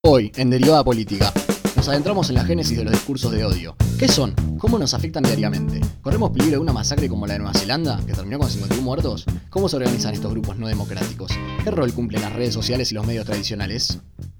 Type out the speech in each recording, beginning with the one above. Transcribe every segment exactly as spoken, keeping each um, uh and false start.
Hoy, en Derivada Política, nos adentramos en la génesis de los discursos de odio. ¿Qué son? ¿Cómo nos afectan diariamente? ¿Corremos peligro de una masacre como la de Nueva Zelanda, que terminó con cincuenta y uno muertos? ¿Cómo se organizan estos grupos no democráticos? ¿Qué rol cumplen las redes sociales y los medios tradicionales?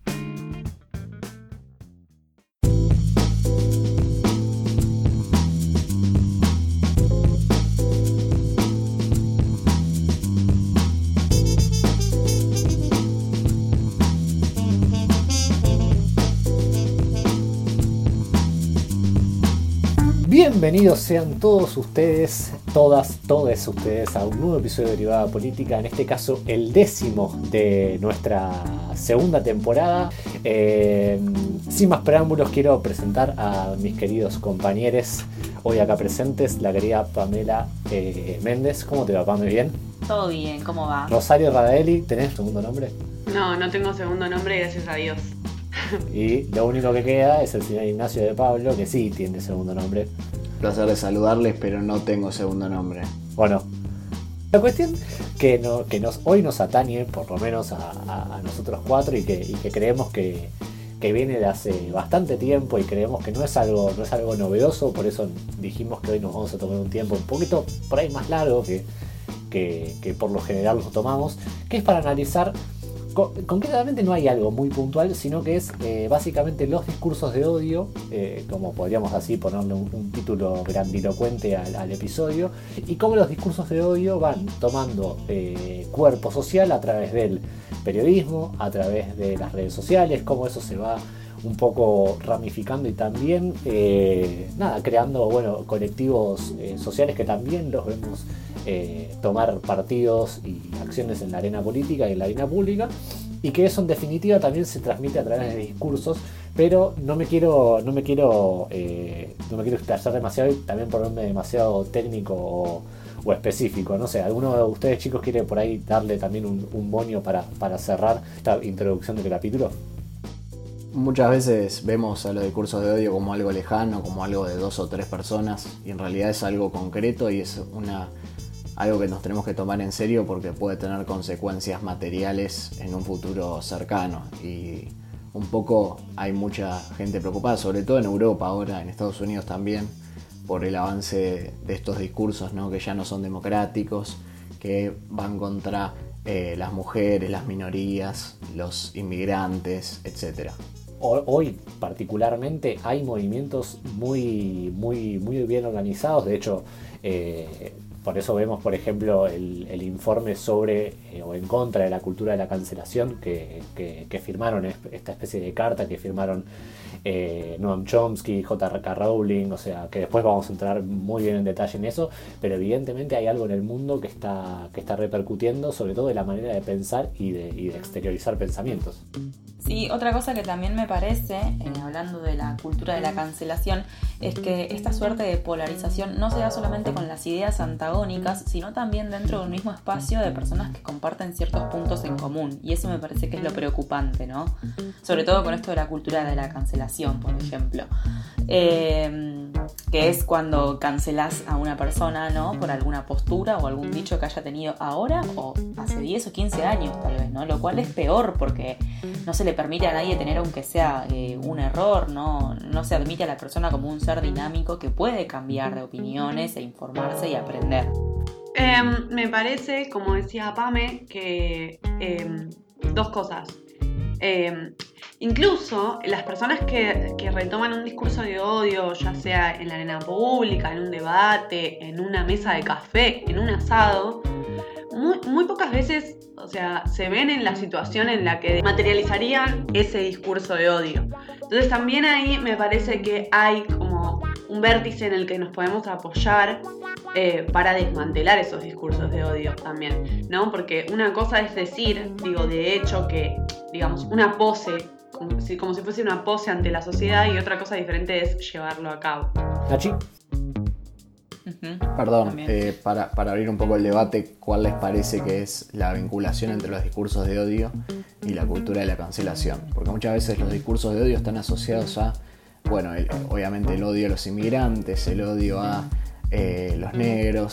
Bienvenidos sean todos ustedes, todas, todos ustedes a un nuevo episodio de Derivada Política, en este caso el décimo de nuestra segunda temporada. Eh, sin más preámbulos, quiero presentar a mis queridos compañeros hoy acá presentes, la querida Pamela eh, Méndez. ¿Cómo te va, Pame? ¿Bien? Todo bien, ¿cómo va? Rosario Radaeli, ¿tenés segundo nombre? No, no tengo segundo nombre, gracias a Dios. Y lo único que queda es el señor Ignacio de Pablo, que sí tiene segundo nombre. Placer de saludarles, pero no tengo segundo nombre. Bueno, la cuestión que, no, que nos, hoy nos atañe, por lo menos a, a, a nosotros cuatro, y que, y que creemos que, que viene de hace bastante tiempo y creemos que no es algo, no es algo novedoso, por eso dijimos que hoy nos vamos a tomar un tiempo un poquito por ahí más largo que, que, que por lo general nos tomamos, que es para analizar. Concretamente no hay algo muy puntual, sino que es eh, básicamente los discursos de odio, eh, como podríamos así ponerle un, un título grandilocuente al, al episodio, y cómo los discursos de odio van tomando eh, cuerpo social a través del periodismo, a través de las redes sociales, cómo eso se va un poco ramificando y también eh, nada, creando bueno, colectivos eh, sociales que también los vemos eh, tomar partidos y acciones en la arena política y en la arena pública, y que eso en definitiva también se transmite a través de discursos. Pero no me quiero no me quiero eh, no me quiero explayar demasiado y también ponerme demasiado técnico o, o específico. No sé, ¿alguno de ustedes, chicos, quiere por ahí darle también un, un moño para, para cerrar esta introducción del capítulo? Muchas veces vemos a los discursos de odio como algo lejano, como algo de dos o tres personas, y en realidad es algo concreto y es una algo que nos tenemos que tomar en serio porque puede tener consecuencias materiales en un futuro cercano. Y un poco hay mucha gente preocupada, sobre todo en Europa ahora, en Estados Unidos también, por el avance de estos discursos, ¿no? Que ya no son democráticos, que van contra eh, las mujeres, las minorías, los inmigrantes, etcétera. Hoy particularmente hay movimientos muy, muy, muy bien organizados. De hecho, eh, por eso vemos, por ejemplo, el, el informe sobre eh, o en contra de la cultura de la cancelación que, que, que firmaron, esta especie de carta que firmaron eh, Noam Chomsky, J K Rowling, o sea, que después vamos a entrar muy bien en detalle en eso, pero evidentemente hay algo en el mundo que está, que está repercutiendo, sobre todo de la manera de pensar y de, y de exteriorizar pensamientos. Sí, otra cosa que también me parece, eh, hablando de la cultura de la cancelación, es que esta suerte de polarización no se da solamente con las ideas antagónicas, sino también dentro de un mismo espacio de personas que comparten ciertos puntos en común. Y eso me parece que es lo preocupante, ¿no? Sobre todo con esto de la cultura de la cancelación, por ejemplo. Eh, que es cuando cancelás a una persona, ¿no? Por alguna postura o algún dicho que haya tenido ahora o hace diez o quince años tal vez, ¿no? Lo cual es peor porque no se le permite a nadie tener aunque sea eh, un error, ¿no? No se admite a la persona como un ser dinámico que puede cambiar de opiniones e informarse y aprender. Eh, me parece, como decía Pame, que eh, dos cosas. Eh, incluso las personas que, que retoman un discurso de odio, ya sea en la arena pública, en un debate, en una mesa de café, en un asado, muy, muy pocas veces, o sea, se ven en la situación en la que materializarían ese discurso de odio. Entonces también ahí me parece que hay como un vértice en el que nos podemos apoyar eh, para desmantelar esos discursos de odio también, ¿no? Porque una cosa es decir, digo, de hecho que, digamos, una pose, como si, como si fuese una pose ante la sociedad, y otra cosa diferente es llevarlo a cabo. Nachi. Uh-huh. Perdón, eh, para, para abrir un poco el debate, ¿cuál les parece que es la vinculación entre los discursos de odio y la cultura de la cancelación? Porque muchas veces los discursos de odio están asociados a, bueno, el, obviamente el odio a los inmigrantes, el odio a eh, los negros,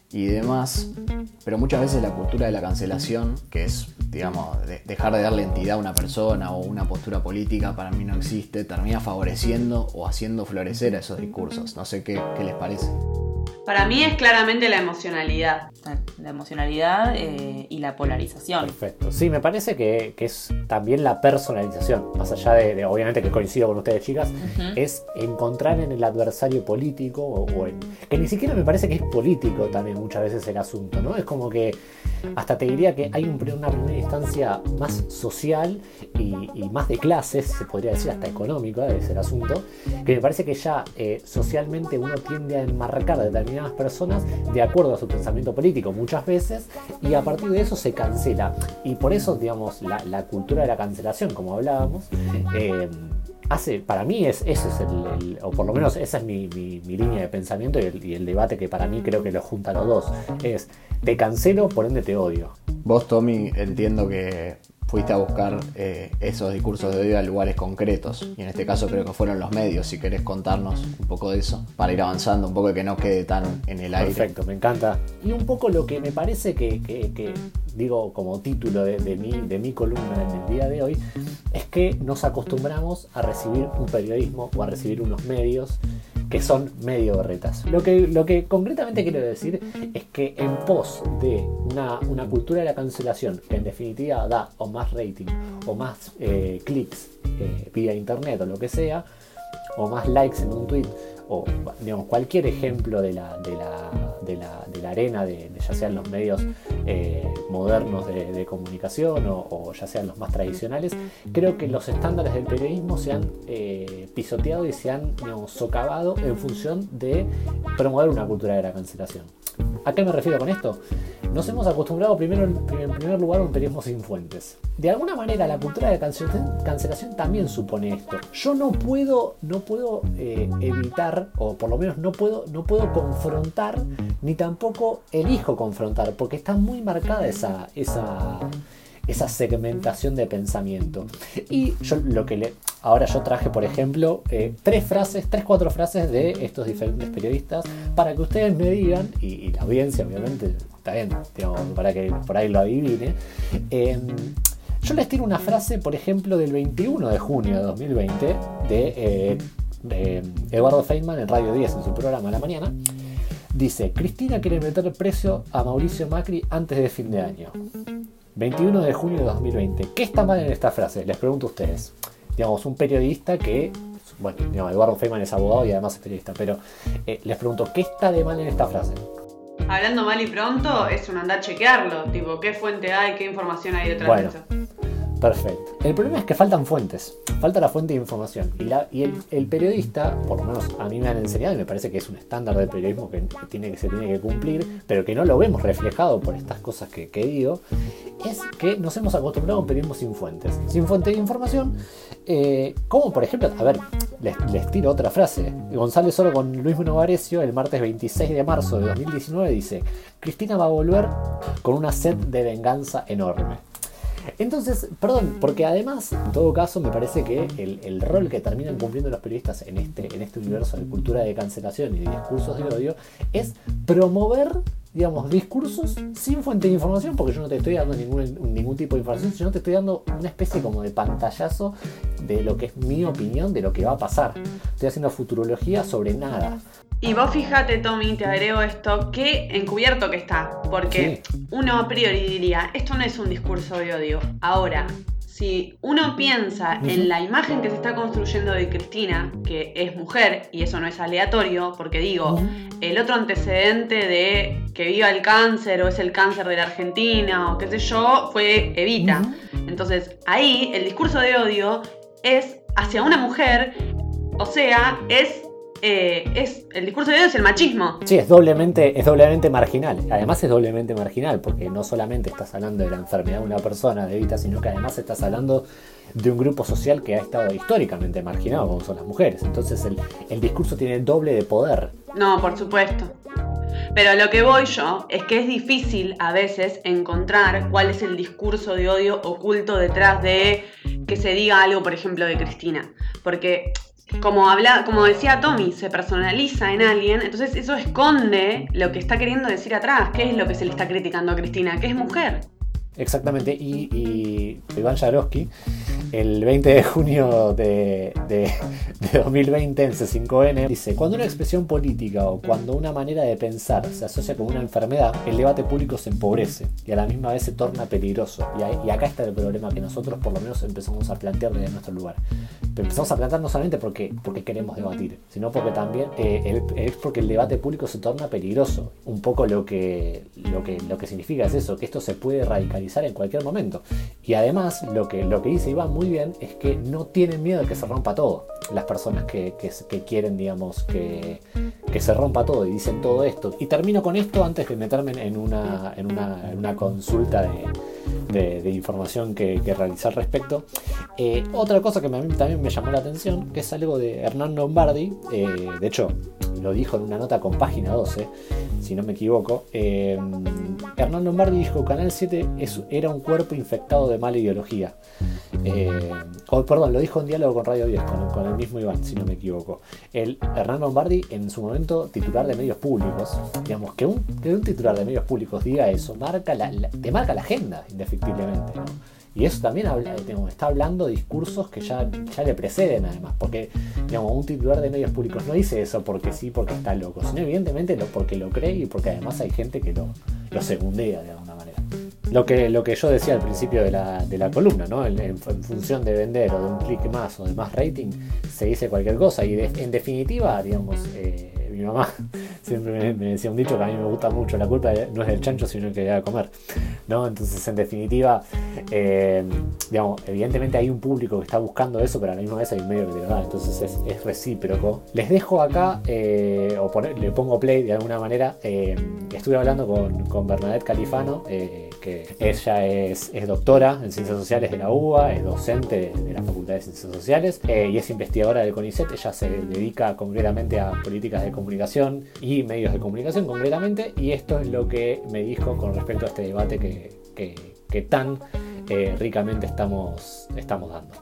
y demás, pero muchas veces la cultura de la cancelación, que es, digamos, de dejar de darle entidad a una persona o una postura política, para mí no existe, termina favoreciendo o haciendo florecer a esos discursos. No sé qué, qué les parece. Para mí es claramente la emocionalidad. La emocionalidad eh, y la polarización. Perfecto. Sí, me parece que, que es también la personalización, más allá de, de obviamente que coincido con ustedes, chicas, uh-huh. es encontrar en el adversario político, o, o en, que ni siquiera me parece que es político también muchas veces el asunto, ¿no? Es como que hasta te diría que hay un, una primera instancia más social y, y más de clases, se podría decir hasta económica, es el asunto, que me parece que ya eh, socialmente uno tiende a enmarcar a determinadas personas de acuerdo a su pensamiento político muchas veces, y a partir de eso se cancela. Y por eso, digamos, la, la cultura de la cancelación, como hablábamos, eh, hace, para mí es, ese es el, el, o por lo menos esa es mi, mi, mi línea de pensamiento y el, y el debate que para mí creo que lo junta los dos. Es, te cancelo, por ende te odio. Vos, Tommy, entiendo que fuiste a buscar eh, esos discursos de odio a lugares concretos, y en este caso creo que fueron los medios. Si querés contarnos un poco de eso para ir avanzando, un poco, que no quede tan en el aire. Perfecto, me encanta. Y un poco lo que me parece que, que, que digo como título de, de, mi, de mi columna en el día de hoy, es que nos acostumbramos a recibir un periodismo o a recibir unos medios que son medio berretas. Lo que, lo que concretamente quiero decir es que en pos de una, una cultura de la cancelación, que en definitiva da o más rating o más eh, clics eh, vía internet o lo que sea, o más likes en un tweet, o digamos, cualquier ejemplo de la, de la, de la, de la arena, de, de ya sean los medios eh, modernos de, de comunicación o, o ya sean los más tradicionales, creo que los estándares del periodismo se han eh, pisoteado y se han, digamos, socavado en función de promover una cultura de la cancelación. ¿A qué me refiero con esto? Nos hemos acostumbrado primero, en primer lugar, a un periodismo sin fuentes. De alguna manera la cultura de cancelación, cancelación también supone esto. Yo no puedo, no puedo eh, evitar, o por lo menos no puedo, no puedo confrontar, ni tampoco elijo confrontar, porque está muy marcada esa, esa, esa segmentación de pensamiento. Y yo lo que le... Ahora yo traje, por ejemplo, eh, tres frases, tres, cuatro frases de estos diferentes periodistas para que ustedes me digan, y, y la audiencia obviamente, está bien, digamos, para que por ahí lo adivine. Eh, yo les tiro una frase, por ejemplo, del veintiuno de junio de dos mil veinte de, eh, de Eduardo Feynman en Radio diez, en su programa de la mañana. Dice: Cristina quiere meter precio a Mauricio Macri antes de fin de año. veintiuno de junio de dos mil veinte. ¿Qué está mal en esta frase? Les pregunto a ustedes. Digamos, un periodista que, bueno, digamos, Eduardo Feynman es abogado y además es periodista, pero eh, les pregunto, ¿qué está de mal en esta frase? Hablando mal y pronto, es un andar a chequearlo, tipo, ¿qué fuente hay, qué información hay detrás bueno, de eso? Perfecto. El problema es que faltan fuentes, falta la fuente de información. Y, la, y el, el periodista, por lo menos a mí me han enseñado, y me parece que es un estándar del periodismo que, tiene, que se tiene que cumplir, pero que no lo vemos reflejado por estas cosas que, que digo, es que nos hemos acostumbrado a un periodismo sin fuentes. Sin fuente de información, eh, como por ejemplo, a ver, les, les tiro otra frase. González Oro con Luis Novarecio el martes veintiséis de marzo de dos mil diecinueve dice: Cristina va a volver con una sed de venganza enorme. Entonces, perdón, porque además, en todo caso, me parece que el, el rol que terminan cumpliendo los periodistas en este, en este universo de cultura de cancelación y de discursos de odio es promover, digamos, discursos sin fuente de información, porque yo no te estoy dando ningún, ningún tipo de información, sino te estoy dando una especie como de pantallazo de lo que es mi opinión de lo que va a pasar. Estoy haciendo futurología sobre nada. Y vos fíjate, Tommy, te agrego esto, qué encubierto que está, porque sí. Uno a priori diría, esto no es un discurso de odio. Ahora, si uno piensa uh-huh. en la imagen que se está construyendo de Cristina, que es mujer, y eso no es aleatorio, porque digo, uh-huh. el otro antecedente de que viva el cáncer, o es el cáncer de la Argentina, o qué sé yo, fue Evita. Uh-huh. Entonces, ahí el discurso de odio es hacia una mujer, o sea, es... Eh, es el discurso de odio es el machismo. Sí, es doblemente, es doblemente marginal. Además es doblemente marginal porque no solamente estás hablando de la enfermedad de una persona, de Evita, sino que además estás hablando de un grupo social que ha estado históricamente marginado, como son las mujeres. Entonces el, el discurso tiene el doble de poder. No, por supuesto. Pero a lo que voy yo es que es difícil a veces encontrar cuál es el discurso de odio oculto detrás de que se diga algo, por ejemplo, de Cristina. Porque como habla, como decía Tommy, se personaliza en alguien, entonces eso esconde lo que está queriendo decir atrás. ¿Qué es lo que se le está criticando a Cristina? Que es mujer. Exactamente, y, y Iván Yaroski, el veinte de junio de, de, de dos mil veinte en C cinco N, dice: cuando una expresión política o cuando una manera de pensar se asocia con una enfermedad, el debate público se empobrece y a la misma vez se torna peligroso. Y, a, y acá está el problema que nosotros por lo menos empezamos a plantear desde nuestro lugar. Pero empezamos a plantear no solamente porque, porque queremos debatir, sino porque también eh, el, es porque el debate público se torna peligroso. Un poco lo que, lo que, lo que significa es eso, que esto se puede radicalizar en cualquier momento. Y además lo que, lo que dice Iván muy bien es que no tienen miedo de que se rompa todo. Las personas que, que, que quieren, digamos, que, que se rompa todo y dicen todo esto. Y termino con esto antes de meterme en una, en una, en una consulta de, de, de información que, que realizar al respecto. Eh, otra cosa que a mí también me llamó la atención, que es algo de Hernán Lombardi. Eh, de hecho, lo dijo en una nota con Página doce, si no me equivoco. eh, Hernán Lombardi dijo: Canal siete es, era un cuerpo infectado de mala ideología. Eh, oh, perdón, lo dijo en diálogo con Radio diez, con, con el mismo Iván, si no me equivoco. El Hernán Lombardi, en su momento titular de medios públicos, digamos, que un, que un titular de medios públicos diga eso, marca la, la, te marca la agenda, indefectiblemente, ¿no? Y eso también habla, digamos, está hablando de discursos que ya, ya le preceden, además, porque, digamos, un titular de medios públicos no dice eso porque sí, porque está loco, sino evidentemente lo, porque lo cree y porque además hay gente que lo, lo segundea de alguna manera. Lo que, lo que yo decía al principio de la, de la columna, ¿no? En, en, en función de vender o de un clic más o de más rating, se dice cualquier cosa. Y de, en definitiva, digamos, eh, mi mamá siempre me, me decía un dicho que a mí me gusta mucho: la culpa no es del chancho, sino que debe comer, ¿no? Entonces, en definitiva, eh, digamos, evidentemente hay un público que está buscando eso, pero a la misma vez hay un medio que te lo da. Entonces es, es recíproco. Les dejo acá, eh, o poner, le pongo play de alguna manera. Eh, estuve hablando con, con Bernadette Califano, eh, que ella es, es doctora en Ciencias Sociales de la U B A, es docente de, de la Facultad de Ciencias Sociales eh, y es investigadora del CONICET. Ella se dedica concretamente a políticas de comunicación y medios de comunicación concretamente, y esto es lo que me dijo con respecto a este debate que, que, que tan eh, ricamente estamos, estamos dando.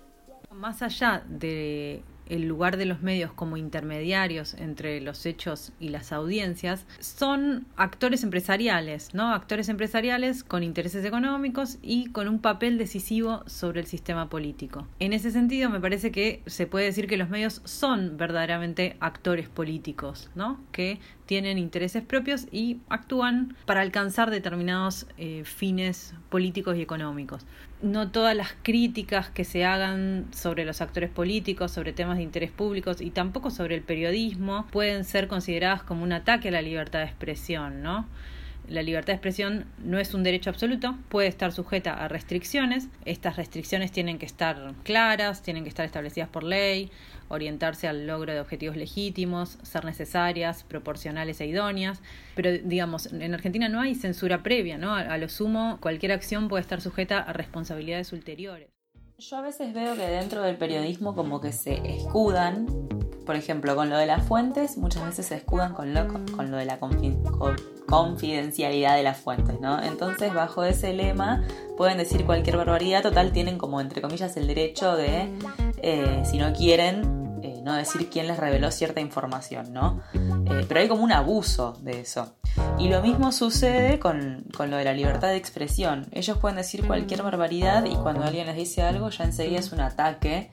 Más allá de el lugar de los medios como intermediarios entre los hechos y las audiencias, son actores empresariales, ¿no? Actores empresariales con intereses económicos y con un papel decisivo sobre el sistema político. En ese sentido, me parece que se puede decir que los medios son verdaderamente actores políticos, ¿no? Que tienen intereses propios y actúan para alcanzar determinados eh, fines políticos y económicos. No todas las críticas que se hagan sobre los actores políticos, sobre temas de interés públicos y tampoco sobre el periodismo pueden ser consideradas como un ataque a la libertad de expresión, ¿no? La libertad de expresión no es un derecho absoluto, puede estar sujeta a restricciones. Estas restricciones tienen que estar claras, tienen que estar establecidas por ley, orientarse al logro de objetivos legítimos, ser necesarias, proporcionales e idóneas. Pero, digamos, en Argentina no hay censura previa, ¿no? A, a lo sumo, cualquier acción puede estar sujeta a responsabilidades ulteriores. Yo a veces veo que dentro del periodismo como que se escudan, por ejemplo, con lo de las fuentes, muchas veces se escudan con lo, con lo de la confi- con confidencialidad de las fuentes, ¿no? Entonces, bajo ese lema, pueden decir cualquier barbaridad, total, tienen como, entre comillas, el derecho de, eh, si no quieren, eh, no decir quién les reveló cierta información, ¿no? Eh, pero hay como un abuso de eso. Y lo mismo sucede con, con lo de la libertad de expresión. Ellos pueden decir cualquier barbaridad y cuando alguien les dice algo ya enseguida es un ataque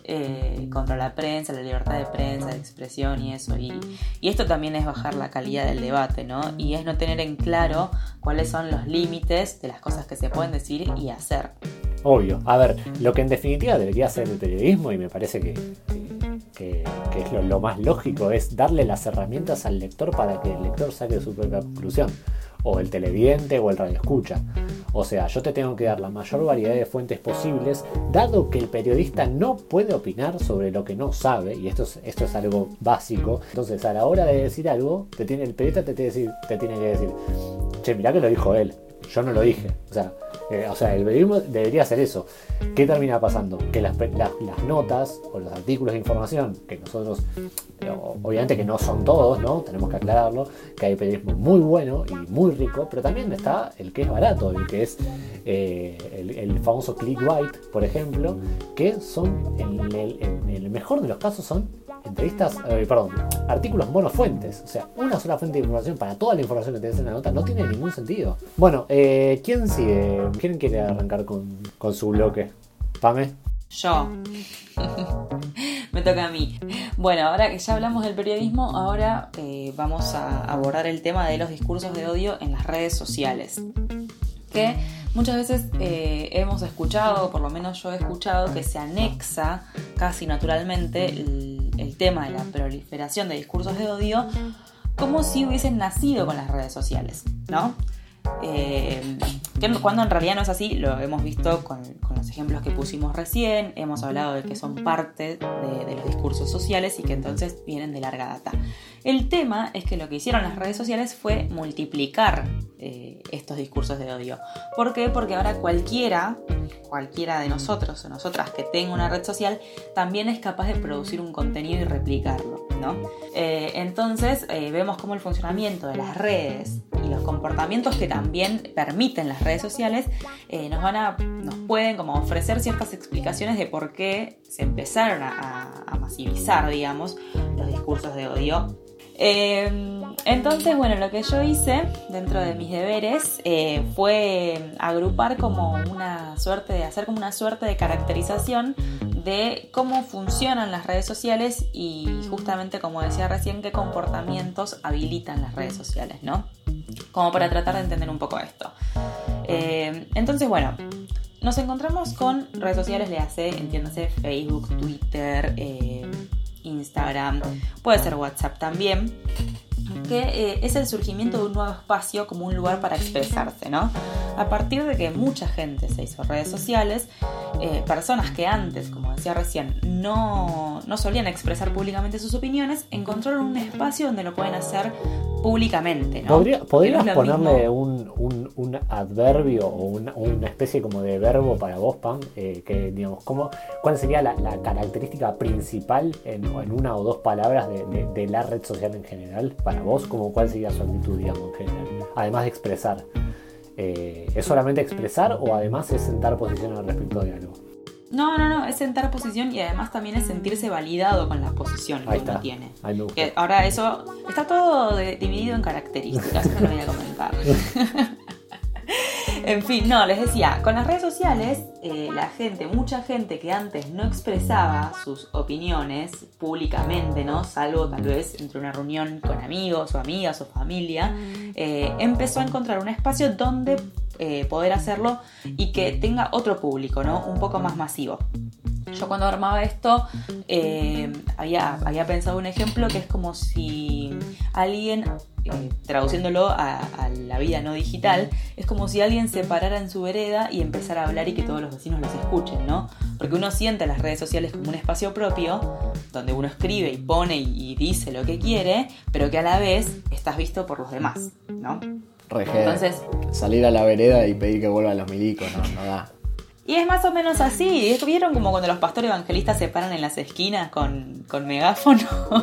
eh, contra la prensa, la libertad de prensa, de expresión y eso. Y, y esto también es bajar la calidad del debate, ¿no? Y es no tener en claro cuáles son los límites de las cosas que se pueden decir y hacer. Obvio. A ver, lo que en definitiva debería ser el periodismo, y me parece que... que, que es lo, lo más lógico, es darle las herramientas al lector para que el lector saque su propia conclusión, o el televidente o el radioescucha. O sea, yo te tengo que dar la mayor variedad de fuentes posibles, dado que el periodista no puede opinar sobre lo que no sabe, y esto es, esto es algo básico. Entonces, a la hora de decir algo, te tiene, el periodista te tiene, te tiene que decir: che, mirá que lo dijo él. yo no lo dije. O sea, eh, o sea, el periodismo debería hacer eso. ¿Qué termina pasando? Que las, las, las notas o los artículos de información, que nosotros, obviamente que no son todos, ¿no? Tenemos que aclararlo, que hay periodismo muy bueno y muy rico, pero también está el que es barato, el que es eh, el, el famoso clickbait, por ejemplo, que son, en el, en el mejor de los casos, son entrevistas, eh, perdón, artículos monofuentes. O sea, una sola fuente de información para toda la información que tenés en la nota no tiene ningún sentido. Bueno, eh, ¿quién sigue? ¿Quién quiere arrancar con, con su bloque? ¿Pame? Yo. Me toca a mí. Bueno, ahora que ya hablamos del periodismo, ahora eh, vamos a abordar el tema de los discursos de odio en las redes sociales. Que muchas veces eh, hemos escuchado, o por lo menos yo he escuchado, que se anexa casi naturalmente el, el tema de la proliferación de discursos de odio como si hubiesen nacido con las redes sociales, ¿no? Eh, que cuando en realidad no es así, lo hemos visto con, con los ejemplos que pusimos recién, hemos hablado de que son parte de, de los discursos sociales y que entonces vienen de larga data. El tema es que lo que hicieron las redes sociales fue multiplicar eh, estos discursos de odio. ¿Por qué? Porque ahora cualquiera, cualquiera de nosotros o nosotras que tenga una red social también es capaz de producir un contenido y replicarlo, ¿no? Eh, entonces eh, vemos cómo el funcionamiento de las redes y los comportamientos que también permiten las redes sociales eh, nos van a, nos pueden como ofrecer ciertas explicaciones de por qué se empezaron a, a masivizar, digamos, los discursos de odio. Eh, entonces, bueno, lo que yo hice dentro de mis deberes eh, fue agrupar como una suerte de, hacer como una suerte de caracterización de cómo funcionan las redes sociales y justamente, como decía recién, qué comportamientos habilitan las redes sociales, ¿no? Como para tratar de entender un poco esto. Eh, entonces, bueno, nos encontramos con redes sociales, le hace, entiéndase, Facebook, Twitter, eh, Instagram, puede ser WhatsApp también, que eh, es el surgimiento de un nuevo espacio como un lugar para expresarse, ¿no? A partir de que mucha gente se hizo redes sociales, eh, personas que antes, como decía recién, no, no solían expresar públicamente sus opiniones, encontraron un espacio donde lo pueden hacer públicamente, ¿no? ¿Podría, ¿Podrías no es ponerle un, un, un adverbio o una, una especie como de verbo para vos, Pam? Eh, que, digamos, ¿cómo, ¿cuál sería la, la característica principal en, en una o dos palabras de, de, de la red social en general para vos? Como, ¿cuál sería su actitud, digamos, en general? Además de expresar. Eh, ¿Es solamente expresar o además es sentar posición al respecto de algo? No, no, no, es sentar posición y además también es sentirse validado con la posición que Ahí uno está. tiene. Ahí me gusta. Que ahora eso está todo de, dividido en características, no lo voy a comentar. En fin, no, les decía, con las redes sociales, eh, la gente, mucha gente que antes no expresaba sus opiniones públicamente, ¿no? Salvo tal vez entre una reunión con amigos o amigas o familia, eh, empezó a encontrar un espacio donde eh, poder hacerlo y que tenga otro público, ¿no? Un poco más masivo. Yo cuando armaba esto eh, había, había pensado un ejemplo que es como si alguien, eh, traduciéndolo a, a la vida no digital, es como si alguien se parara en su vereda y empezara a hablar y que todos los vecinos los escuchen, ¿no? Porque uno siente las redes sociales como un espacio propio, donde uno escribe y pone y, y dice lo que quiere, pero que a la vez estás visto por los demás, ¿no? Rege, Entonces, salir a la vereda y pedir que vuelvan los milicos, no, no da. y es más o menos así. ¿Vieron como cuando los pastores evangelistas se paran en las esquinas con, con megáfonos?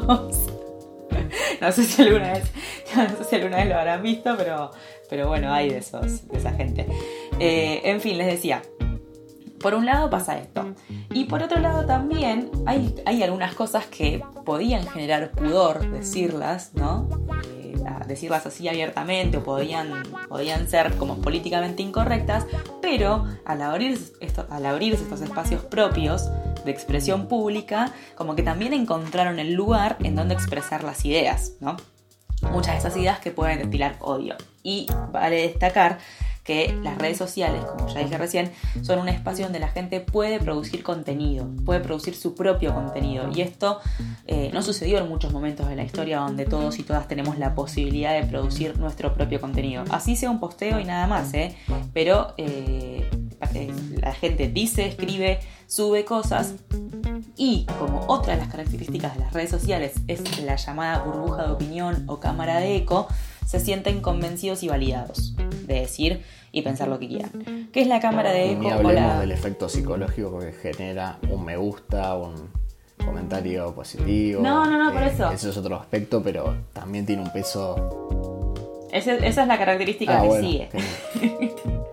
No sé si alguna vez, no sé si alguna vez lo habrán visto, pero, pero bueno, hay de esos, de esa gente. Eh, en fin, les decía, por un lado pasa esto. Y por otro lado también hay, hay algunas cosas que podían generar pudor decirlas, ¿no? Eh, decirlas así abiertamente o podían, podían ser como políticamente incorrectas, pero al abrirse, esto, al abrirse estos espacios propios de expresión pública, como que también encontraron el lugar en donde expresar las ideas, ¿no? Muchas de esas ideas que pueden destilar odio. Y vale destacar que las redes sociales, como ya dije recién, son un espacio donde la gente puede producir contenido, puede producir su propio contenido. Y esto eh, no sucedió en muchos momentos de la historia donde todos y todas tenemos la posibilidad de producir nuestro propio contenido. Así sea un posteo y nada más, ¿eh? Pero eh, la gente dice, escribe, sube cosas. Y como otra de las características de las redes sociales es la llamada burbuja de opinión o cámara de eco, se sienten convencidos y validados, de decir y pensar lo que quieran. ¿Qué es la cámara de Y eco? ni o hablemos la... del efecto psicológico que genera un me gusta, un comentario positivo. No, no, no, por Eh, eso. Eso es otro aspecto, pero también tiene un peso. Ese- esa es la característica Ah, que bueno, sigue. genial.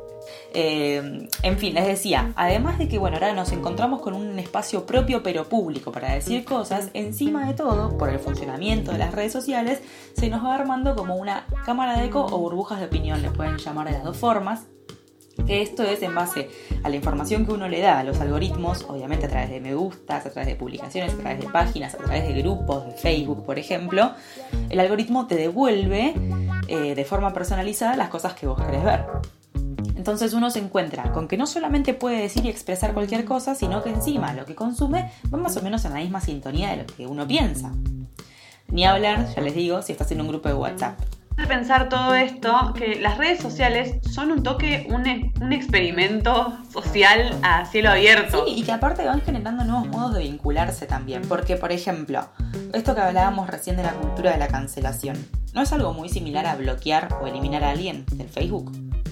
Eh, en fin, les decía, además de que bueno, ahora nos encontramos con un espacio propio pero público para decir cosas, encima de todo, por el funcionamiento de las redes sociales, se nos va armando como una cámara de eco o burbujas de opinión, le pueden llamar de las dos formas. Que esto es en base a la información que uno le da a los algoritmos, obviamente a través de me gustas, a través de publicaciones, a través de páginas, a través de grupos, de Facebook, por ejemplo. El algoritmo te devuelve eh, de forma personalizada las cosas que vos querés ver. Entonces uno se encuentra con que no solamente puede decir y expresar cualquier cosa, sino que encima lo que consume va más o menos en la misma sintonía de lo que uno piensa. Ni hablar, ya les digo, si estás en un grupo de WhatsApp. De pensar todo esto, que las redes sociales son un toque, un, e- un experimento social a cielo abierto. Sí, y que aparte van generando nuevos modos de vincularse también. Porque, por ejemplo, esto que hablábamos recién de la cultura de la cancelación, ¿no es algo muy similar a bloquear o eliminar a alguien del Facebook?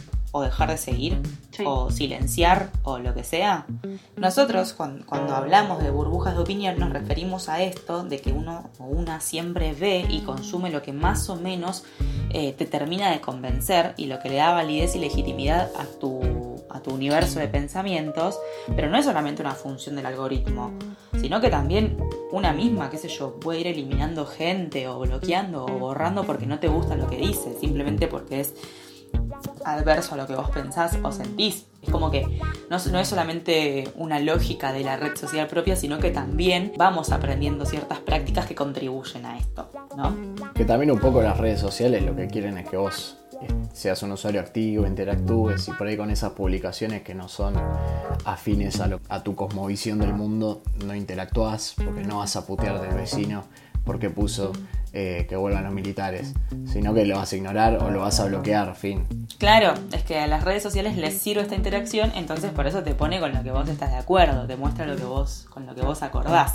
O dejar de seguir, Sí. o silenciar, o lo que sea. Nosotros, cuando, cuando hablamos de burbujas de opinión, nos referimos a esto de que uno o una siempre ve y consume lo que más o menos eh, te termina de convencer y lo que le da validez y legitimidad a tu, a tu universo de pensamientos, pero no es solamente una función del algoritmo, sino que también una misma, qué sé yo, puede ir eliminando gente o bloqueando o borrando porque no te gusta lo que dice, simplemente porque es adverso a lo que vos pensás o sentís. Es como que no, no es solamente una lógica de la red social propia, sino que también vamos aprendiendo ciertas prácticas que contribuyen a esto, ¿no? Que también un poco las redes sociales lo que quieren es que vos eh, seas un usuario activo, interactúes, y por ahí con esas publicaciones que no son afines a, lo- a tu cosmovisión del mundo no interactúas, porque no vas a putear del vecino porque puso eh, que vuelvan los militares, sino que lo vas a ignorar o lo vas a bloquear, fin. Claro, es que a las redes sociales les sirve esta interacción, entonces por eso te pone con lo que vos estás de acuerdo, te muestra lo que vos, con lo que vos acordás.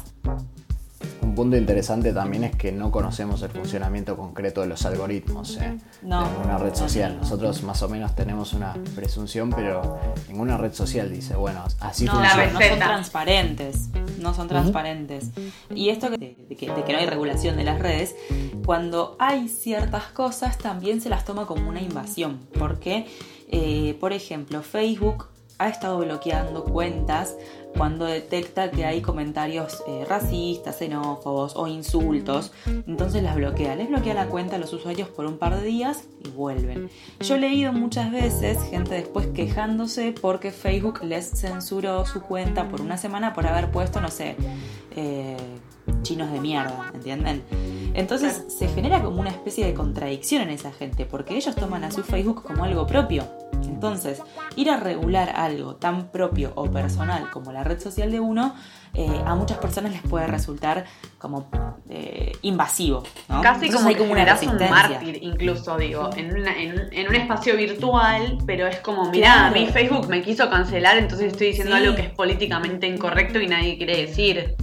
Un punto interesante también es que no conocemos el funcionamiento concreto de los algoritmos ¿eh? No. de una red social. Nosotros más o menos tenemos una presunción, pero ninguna red social dice, bueno, así No, funciona. no son receta. transparentes, no son transparentes. Y esto que- de que, de que no hay regulación de las redes, cuando hay ciertas cosas también se las toma como una invasión, porque, eh, por ejemplo, Facebook ha estado bloqueando cuentas cuando detecta que hay comentarios eh, racistas, xenófobos o insultos, entonces las bloquea. Les bloquea la cuenta a los usuarios por un par de días y vuelven. Yo he leído muchas veces gente después quejándose porque Facebook les censuró su cuenta por una semana por haber puesto, no sé, eh, chinos de mierda, ¿entienden? Entonces se genera como una especie de contradicción en esa gente, porque ellos toman a su Facebook como algo propio. Entonces, ir a regular algo tan propio o personal como la red social de uno, eh, a muchas personas les puede resultar como eh, invasivo, ¿no? Casi Entonces como hay que una generás un resistencia. mártir, incluso, digo, en, una- en, un- en un espacio virtual, pero es como, mirá, Claro. a mí Facebook me quiso cancelar, entonces estoy diciendo Sí. algo que es políticamente incorrecto y nadie quiere decir.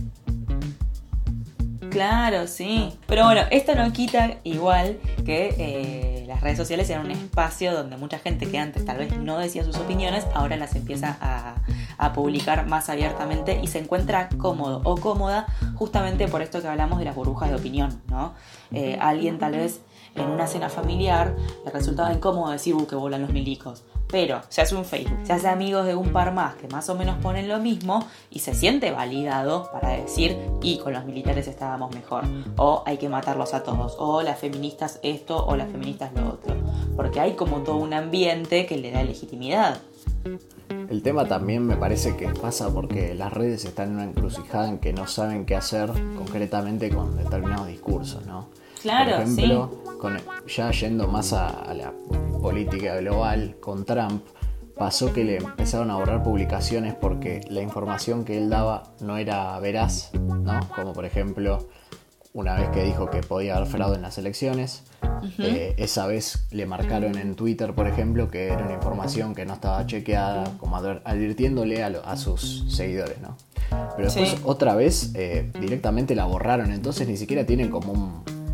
Claro, sí. Pero bueno, esto no quita igual que eh, las redes sociales eran un espacio donde mucha gente que antes tal vez no decía sus opiniones, ahora las empieza a, a publicar más abiertamente y se encuentra cómodo o cómoda justamente por esto que hablamos de las burbujas de opinión, ¿no? Eh, alguien tal vez en una cena familiar le resultaba incómodo decir uh, que volan los milicos. Pero se hace un Facebook, se hace amigos de un par más que más o menos ponen lo mismo y se siente validado para decir y con los militares estábamos mejor, o hay que matarlos a todos, o las feministas esto o las feministas lo otro, porque hay como todo un ambiente que le da legitimidad. El tema también me parece que pasa porque las redes están en una encrucijada en que no saben qué hacer concretamente con determinados discursos, ¿no? Claro, Por ejemplo, con, ya yendo más a, a la política global, con Trump pasó que le empezaron a borrar publicaciones porque la información que él daba no era veraz, ¿no? Como por ejemplo, una vez que dijo que podía haber fraude en las elecciones, uh-huh. eh, esa vez le marcaron en Twitter, por ejemplo, que era una información que no estaba chequeada, como advirtiéndole a, lo, a sus seguidores, ¿no? Pero después Sí. otra vez eh, directamente la borraron, entonces ni siquiera tienen como un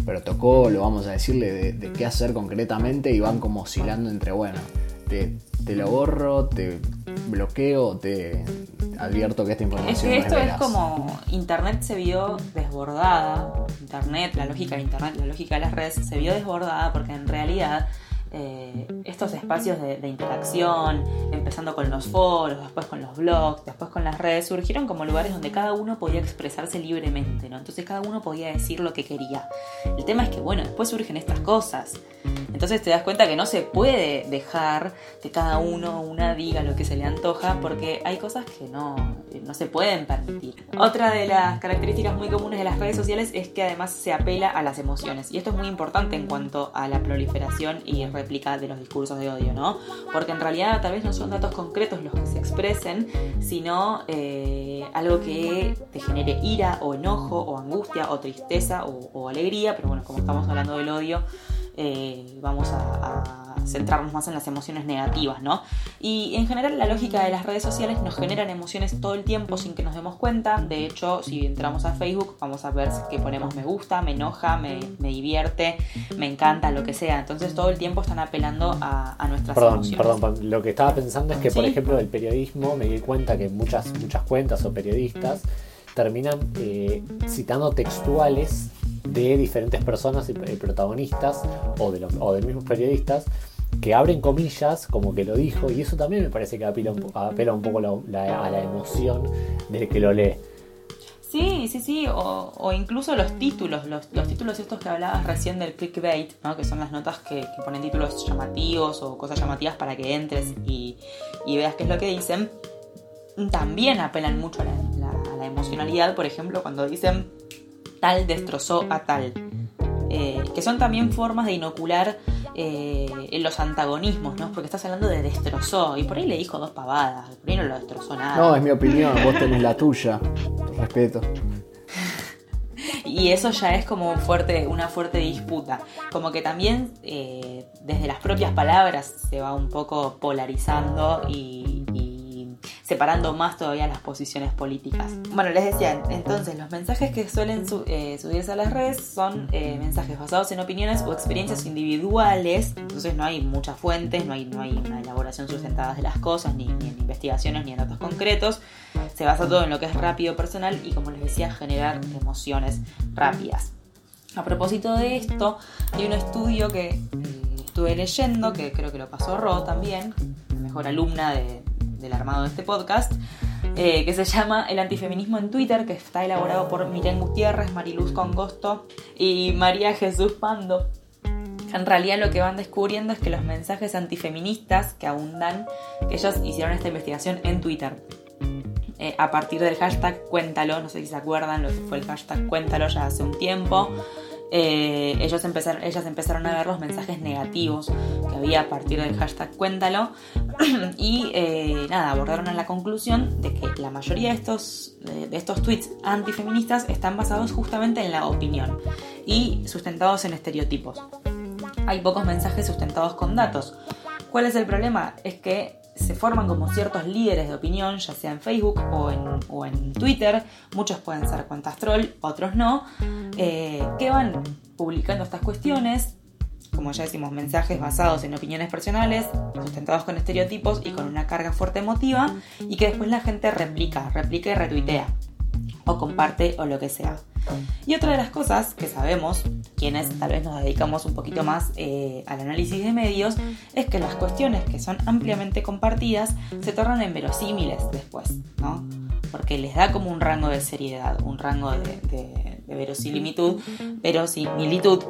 pero tocó, lo vamos a decirle, de, de qué hacer concretamente y van como oscilando entre, bueno, te, te lo borro, te bloqueo, te advierto que esta Es información que no es esto es veraz. como Internet se vio desbordada, Internet, la lógica de Internet, la lógica de las redes se vio desbordada porque en realidad eh, estos espacios de, de interacción, empezando con los foros, después con los blogs, después con las redes, surgieron como lugares donde cada uno podía expresarse libremente, ¿no? Entonces cada uno podía decir lo que quería. El tema es que, bueno, después surgen estas cosas. Entonces te das cuenta que no se puede dejar que cada uno una diga lo que se le antoja porque hay cosas que no, no se pueden permitir. Otra de las características muy comunes de las redes sociales es que además se apela a las emociones. Y esto es muy importante en cuanto a la proliferación y réplica de los discursos de odio, ¿no? Porque en realidad tal vez no son datos concretos los que se expresen, sino eh, algo que te genere ira o enojo o angustia o tristeza o, o alegría. Pero bueno, como estamos hablando del odio, Eh, vamos a, a centrarnos más en las emociones negativas, ¿no? Y en general la lógica de las redes sociales nos generan emociones todo el tiempo sin que nos demos cuenta. De hecho, si entramos a Facebook vamos a ver que ponemos me gusta, me enoja, me, me divierte, me encanta, lo que sea. Entonces todo el tiempo están apelando a, a nuestras Perdón, emociones. perdón, perdón, lo que estaba pensando es que, por ¿Sí? ejemplo, el periodismo, me di cuenta que muchas, muchas cuentas o periodistas terminan eh, citando textuales de diferentes personas y protagonistas o de, los, o de los mismos periodistas que abren comillas como que lo dijo, y eso también me parece que apela un, apela un poco la, la, a la emoción del que lo lee. Sí, sí, sí, o, o incluso los títulos, los, los títulos estos que hablabas recién del clickbait, ¿no? Que son las notas que, que ponen títulos llamativos o cosas llamativas para que entres y, y veas qué es lo que dicen, también apelan mucho a la, la, a la emocionalidad. Por ejemplo, cuando dicen tal destrozó a tal, eh, que son también formas de inocular eh, los antagonismos, ¿no? Porque estás hablando de destrozó, y por ahí le dijo dos pavadas, por ahí no lo destrozó nada. No, es mi opinión, vos tenés la tuya, respeto. Y eso ya es como un fuerte, una fuerte disputa. Como que también eh, desde las propias palabras se va un poco polarizando y, y separando más todavía las posiciones políticas. Bueno, les decía, entonces los mensajes que suelen su, eh, subirse a las redes son eh, mensajes basados en opiniones o experiencias individuales. Entonces no hay muchas fuentes, no hay, no hay una elaboración sustentada de las cosas, ni, ni en investigaciones, ni en datos concretos. Se basa todo en lo que es rápido, personal y, como les decía, generar emociones rápidas. A propósito de esto, hay un estudio que eh, estuve leyendo, que creo que lo pasó Ro también, la mejor alumna de del armado de este podcast, eh, que se llama El antifeminismo en Twitter, que está elaborado por Miren Gutiérrez, Mariluz Congosto y María Jesús Pando. En realidad lo que van descubriendo es que los mensajes antifeministas que abundan, que ellos hicieron esta investigación en Twitter, eh, a partir del hashtag Cuéntalo, no sé si se acuerdan lo que fue el hashtag Cuéntalo ya hace un tiempo. Eh, ellos empezaron, ellas empezaron a ver los mensajes negativos que había a partir del hashtag Cuéntalo y eh, nada, abordaron a la conclusión de que la mayoría de estos, de, de estos tweets antifeministas están basados justamente en la opinión y sustentados en estereotipos. Hay pocos mensajes sustentados con datos. ¿Cuál es el problema? Es que se forman como ciertos líderes de opinión, ya sea en Facebook o en, o en Twitter. Muchos pueden ser cuentas troll, otros no, eh, que van publicando estas cuestiones, como ya decimos, mensajes basados en opiniones personales, sustentados con estereotipos y con una carga fuerte emotiva, y que después la gente replica, replica y retuitea, o comparte o lo que sea. Y otra de las cosas que sabemos, quienes tal vez nos dedicamos un poquito más eh, al análisis de medios, es que las cuestiones que son ampliamente compartidas se tornan en verosímiles después, ¿no? Porque les da como un rango de seriedad, un rango de, de, de verosimilitud, verosimilitud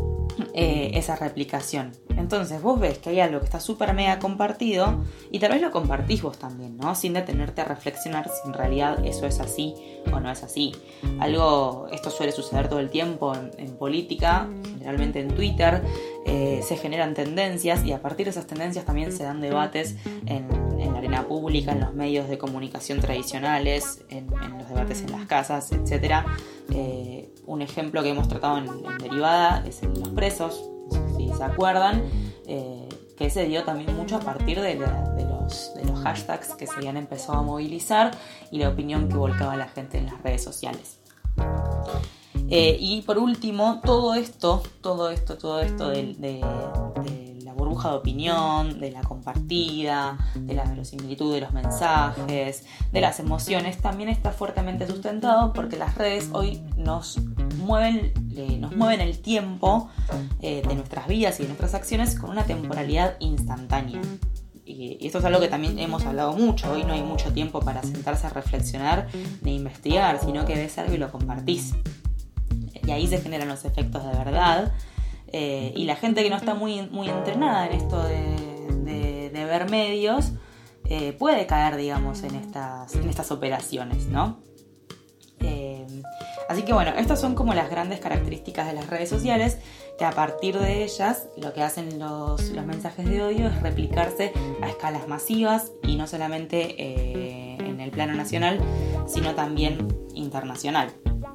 eh, esa replicación. Entonces vos ves que hay algo que está súper mega compartido y tal vez lo compartís vos también, ¿no? Sin detenerte a reflexionar si en realidad eso es así o no es así. Algo, esto suele suceder todo el tiempo en, en política, generalmente en Twitter, eh, se generan tendencias y a partir de esas tendencias también se dan debates en, en la arena pública, en los medios de comunicación tradicionales, en, en los debates en las casas, etcétera. Eh, un ejemplo que hemos tratado en, en Derivada es el de los presos, si se acuerdan, eh, que se dio también mucho a partir de, la, de, los, de los hashtags que se habían empezado a movilizar y la opinión que volcaba la gente en las redes sociales. Eh, y por último, todo esto, todo esto, todo esto de, de, de la burbuja de opinión, de la compartida, de la verosimilitud de los mensajes, de las emociones, también está fuertemente sustentado porque las redes hoy nos mueven, eh, nos mueven el tiempo eh, de nuestras vidas y de nuestras acciones con una temporalidad instantánea. Y esto es algo que también hemos hablado mucho. Hoy no hay mucho tiempo para sentarse a reflexionar ni investigar, sino que ves algo y lo compartís. Y ahí se generan los efectos de verdad. Eh, y la gente que no está muy, muy entrenada en esto de, de, de ver medios eh, puede caer, digamos, en estas, en estas operaciones, ¿no? Eh, así que bueno, estas son como las grandes características de las redes sociales, que a partir de ellas lo que hacen los, los mensajes de odio es replicarse a escalas masivas y no solamente eh, en el plano nacional, sino también internacional.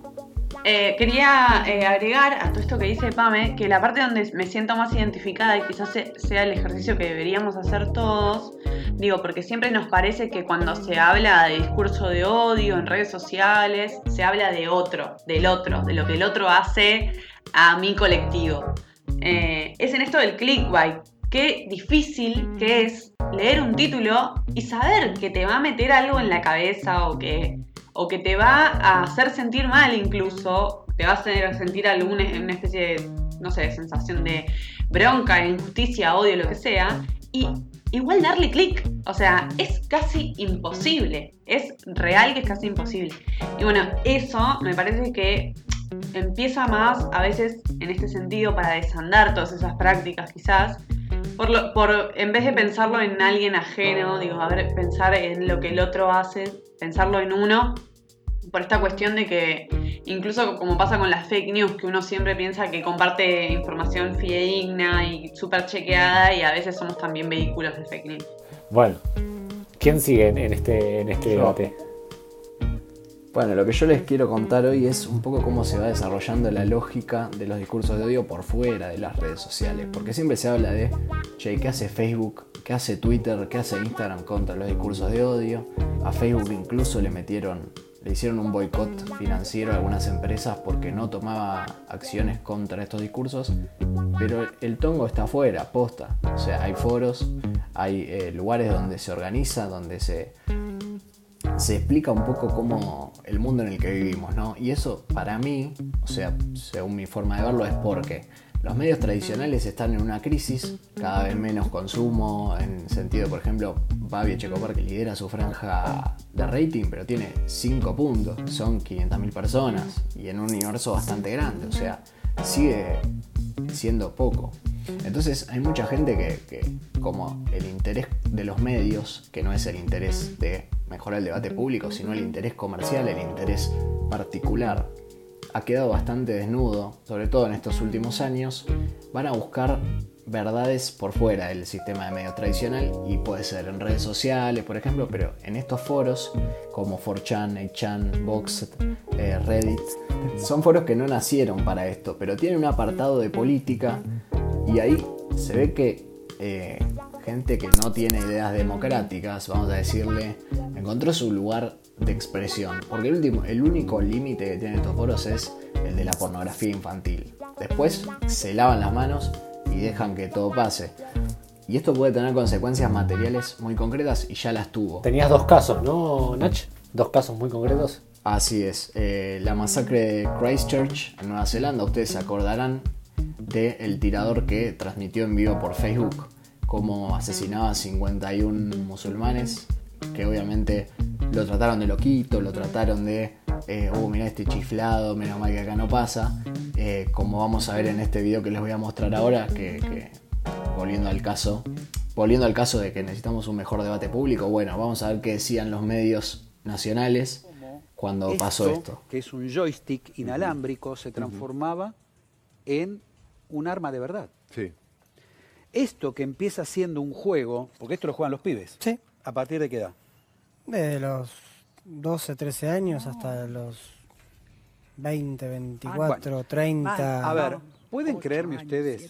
Eh, quería eh, agregar a todo esto que dice Pame, que la parte donde me siento más identificada y quizás sea el ejercicio que deberíamos hacer todos, digo, porque siempre nos parece que cuando se habla de discurso de odio en redes sociales, se habla de otro, del otro, de lo que el otro hace a mi colectivo. Eh, es en esto del clickbait. Qué difícil que es leer un título y saber que te va a meter algo en la cabeza o que... o que te va a hacer sentir mal incluso, te va a hacer sentir alguna una especie de, no sé, de sensación de bronca, injusticia, odio, lo que sea, y igual darle clic, o sea, es casi imposible, es real que es casi imposible. Y bueno, eso me parece que empieza más a veces en este sentido para desandar todas esas prácticas quizás, por lo, por, en vez de pensarlo en alguien ajeno, digo, a ver, pensar en lo que el otro hace, pensarlo en uno, por esta cuestión de que, incluso como pasa con las fake news, que uno siempre piensa que comparte información fidedigna y súper chequeada, y a veces somos también vehículos de fake news. Bueno, ¿quién sigue en este, en este debate? Bueno, lo que yo les quiero contar hoy es un poco cómo se va desarrollando la lógica de los discursos de odio por fuera de las redes sociales. Porque siempre se habla de, che, ¿qué hace Facebook? ¿Qué hace Twitter? ¿Qué hace Instagram contra los discursos de odio? A Facebook incluso le metieron, le hicieron un boicot financiero a algunas empresas porque no tomaba acciones contra estos discursos. Pero el tongo está afuera, posta. O sea, hay foros, hay eh, lugares donde se organiza, donde se... se explica un poco cómo el mundo en el que vivimos, ¿no? Y eso para mí, o sea, según mi forma de verlo, es porque los medios tradicionales están en una crisis, cada vez menos consumo, en sentido, por ejemplo, Babi Echecopar, que lidera su franja de rating, pero tiene cinco puntos, son quinientas mil personas, y en un universo bastante grande, o sea, sigue siendo poco. Entonces hay mucha gente que, que, como el interés de los medios, que no es el interés de mejorar el debate público, sino el interés comercial, el interés particular, ha quedado bastante desnudo, sobre todo en estos últimos años, van a buscar verdades por fuera del sistema de medios tradicional, y puede ser en redes sociales, por ejemplo, pero en estos foros como four chan, eight chan, Voxed, eh, Reddit, son foros que no nacieron para esto, pero tienen un apartado de política. Y ahí se ve que eh, gente que no tiene ideas democráticas, vamos a decirle, encontró su lugar de expresión. Porque el, último, el único límite que tienen estos foros es el de la pornografía infantil. Después se lavan las manos y dejan que todo pase. Y esto puede tener consecuencias materiales muy concretas, y ya las tuvo. Tenías dos casos, ¿no, Nach? Dos casos muy concretos. Así es. Eh, la masacre de Christchurch en Nueva Zelanda, ustedes se acordarán del tirador que transmitió en vivo por Facebook cómo asesinaba a cincuenta y uno musulmanes, que obviamente lo trataron de loquito, lo trataron de eh, oh, mirá este chiflado, menos mal que acá no pasa, eh, como vamos a ver en este video que les voy a mostrar ahora, que, que volviendo al caso volviendo al caso de que necesitamos un mejor debate público. Bueno, vamos a ver qué decían los medios nacionales cuando esto, pasó esto, que es un joystick inalámbrico, se transformaba en un arma de verdad. Sí. Esto que empieza siendo un juego, porque esto lo juegan los pibes. Sí. ¿A partir de qué edad? Desde los doce, trece años hasta los veinte, veinticuatro, bueno, treinta. A ver, ¿pueden creerme ustedes?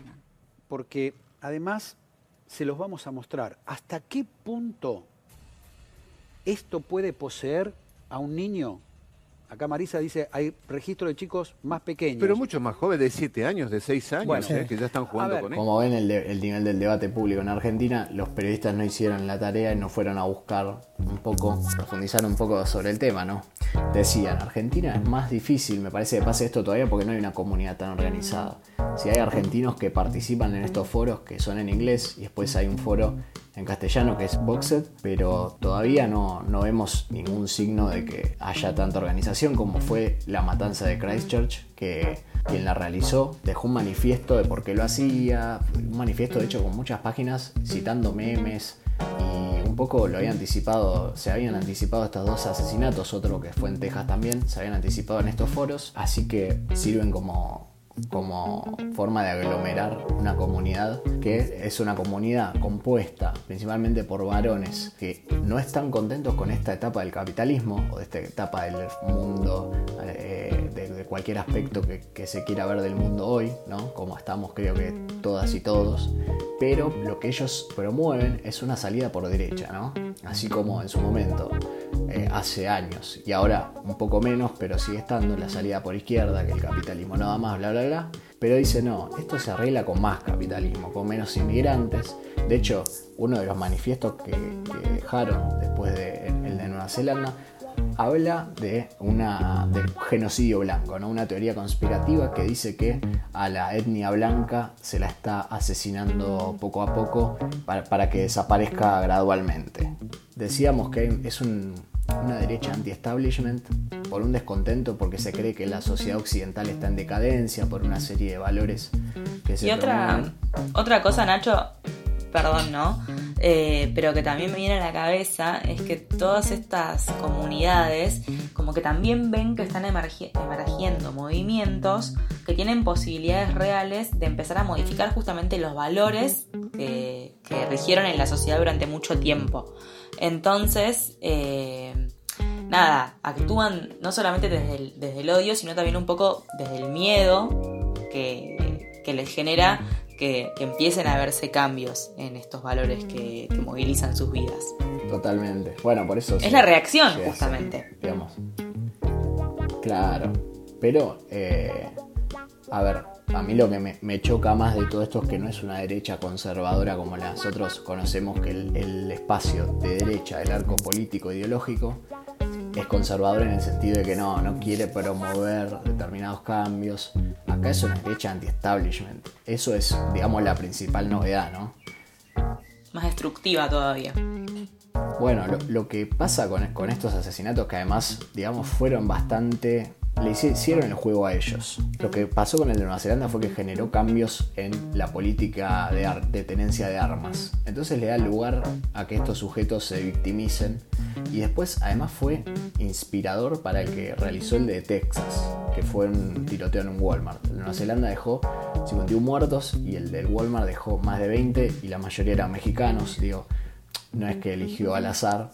Porque además se los vamos a mostrar hasta qué punto esto puede poseer a un niño Acá Marisa dice, hay registro de chicos más pequeños. Pero mucho más jóvenes, de siete años, de seis años, Bueno, eh, que ya están jugando ver, con él. Como ven el, de- el nivel del debate público en Argentina, los periodistas no hicieron la tarea y no fueron a buscar un poco, profundizar un poco sobre el tema, ¿no? Decían, Argentina es más difícil, me parece que pase esto todavía porque no hay una comunidad tan organizada. Si hay argentinos que participan en estos foros que son en inglés y después hay un foro en castellano que es Boxed, pero todavía no, no vemos ningún signo de que haya tanta organización como fue la matanza de Christchurch, que quien la realizó dejó un manifiesto de por qué lo hacía, un manifiesto de hecho con muchas páginas citando memes y un poco lo había anticipado, se habían anticipado estos dos asesinatos, otro que fue en Texas también, se habían anticipado en estos foros, así que sirven como como forma de aglomerar una comunidad que es una comunidad compuesta principalmente por varones que no están contentos con esta etapa del capitalismo o de esta etapa del mundo, eh, de, de cualquier aspecto que, que se quiera ver del mundo hoy, ¿no? Como estamos creo que todas y todos, pero lo que ellos promueven es una salida por derecha, ¿no? Así como en su momento eh, hace años y ahora un poco menos, pero sigue estando la salida por izquierda, que el capitalismo no da más, bla bla bla, pero dice no, esto se arregla con más capitalismo, con menos inmigrantes. De hecho, uno de los manifiestos que, que dejaron después de el de Nueva Zelanda habla de una de genocidio blanco, ¿no? Una teoría conspirativa que dice que a la etnia blanca se la está asesinando poco a poco para, para que desaparezca gradualmente. Decíamos que es un, una derecha anti-establishment por un descontento porque se cree que la sociedad occidental está en decadencia por una serie de valores que se Y otra, promueven. otra cosa, Nacho, perdón, ¿no? Eh, pero que también me viene a la cabeza es que todas estas comunidades como que también ven que están emergi- emergiendo movimientos que tienen posibilidades reales de empezar a modificar justamente los valores que, que rigieron en la sociedad durante mucho tiempo. Entonces, eh, nada, actúan no solamente desde el, desde el odio, sino también un poco desde el miedo que, que les genera que, que empiecen a verse cambios en estos valores que, que movilizan sus vidas. Totalmente. Bueno, por eso Es se- la reacción, se hace, justamente. digamos. Claro. Pero, eh, a ver, a mí lo que me, me choca más de todo esto es que no es una derecha conservadora como nosotros conocemos, que el, el espacio de derecha del arco político ideológico es conservador en el sentido de que no, no quiere promover determinados cambios. Acá es una derecha anti-establishment. Eso es, digamos, la principal novedad, ¿no? Más destructiva todavía. Bueno, lo, lo que pasa con, con estos asesinatos, que además, digamos, fueron bastante... Le hici- hicieron el juego a ellos. Lo que pasó con el de Nueva Zelanda fue que generó cambios en la política de, ar- de tenencia de armas. Entonces le da lugar a que estos sujetos se victimicen. Y después, además, fue inspirador para el que realizó el de Texas, que fue un tiroteo en un Walmart. El de Nueva Zelanda dejó cincuenta y uno muertos y el del Walmart dejó más de veinte y la mayoría eran mexicanos. Digo, no es que eligió al azar.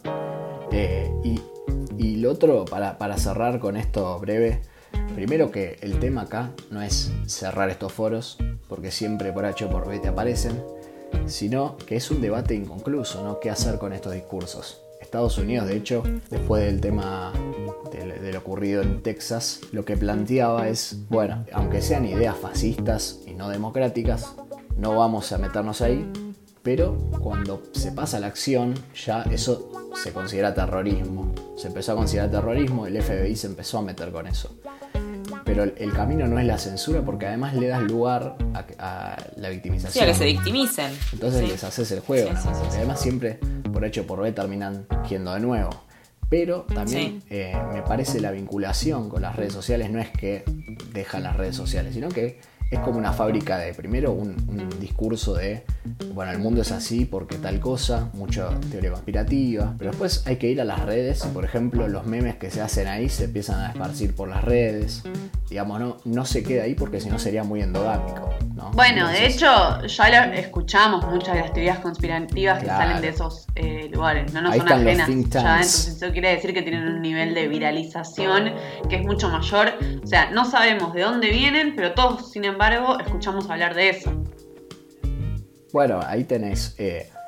Eh, y, y lo otro, para, para cerrar con esto breve, primero que el tema acá no es cerrar estos foros, porque siempre por H o por B te aparecen, sino que es un debate inconcluso, ¿no? ¿Qué hacer con estos discursos? Estados Unidos, de hecho, después del tema de, de lo ocurrido en Texas, lo que planteaba es, bueno, aunque sean ideas fascistas y no democráticas, no vamos a meternos ahí, pero cuando se pasa a la acción, ya eso se considera terrorismo. Se empezó a considerar terrorismo, el F B I se empezó a meter con eso. Pero el, el camino no es la censura, porque además le das lugar a, a la victimización. Sí, a que se victimicen. Entonces Sí. les haces el juego, Sí, ¿no? sí, sí, Porque sí. además siempre, por hecho por B, terminan yendo de nuevo. Pero también Sí. eh, me parece la vinculación con las redes sociales no es que dejan las redes sociales, sino que es como una fábrica de, primero, un, un discurso de, bueno, el mundo es así porque tal cosa, mucha teoría conspirativa, pero después hay que ir a las redes y, por ejemplo, los memes que se hacen ahí se empiezan a esparcir por las redes, digamos, no, no se queda ahí porque si no sería muy endogámico, ¿no? Bueno, de Entonces, hecho, ya lo escuchamos muchas de las teorías conspirativas que Claro. salen de esos eh, lugares, no nos Ahí son están los ajenas. think Ya, tanks. entonces eso quiere decir que tienen un nivel de viralización que es mucho mayor. O sea, no sabemos de dónde vienen, pero todos, sin embargo, escuchamos hablar de eso. Bueno, ahí tenés, eh,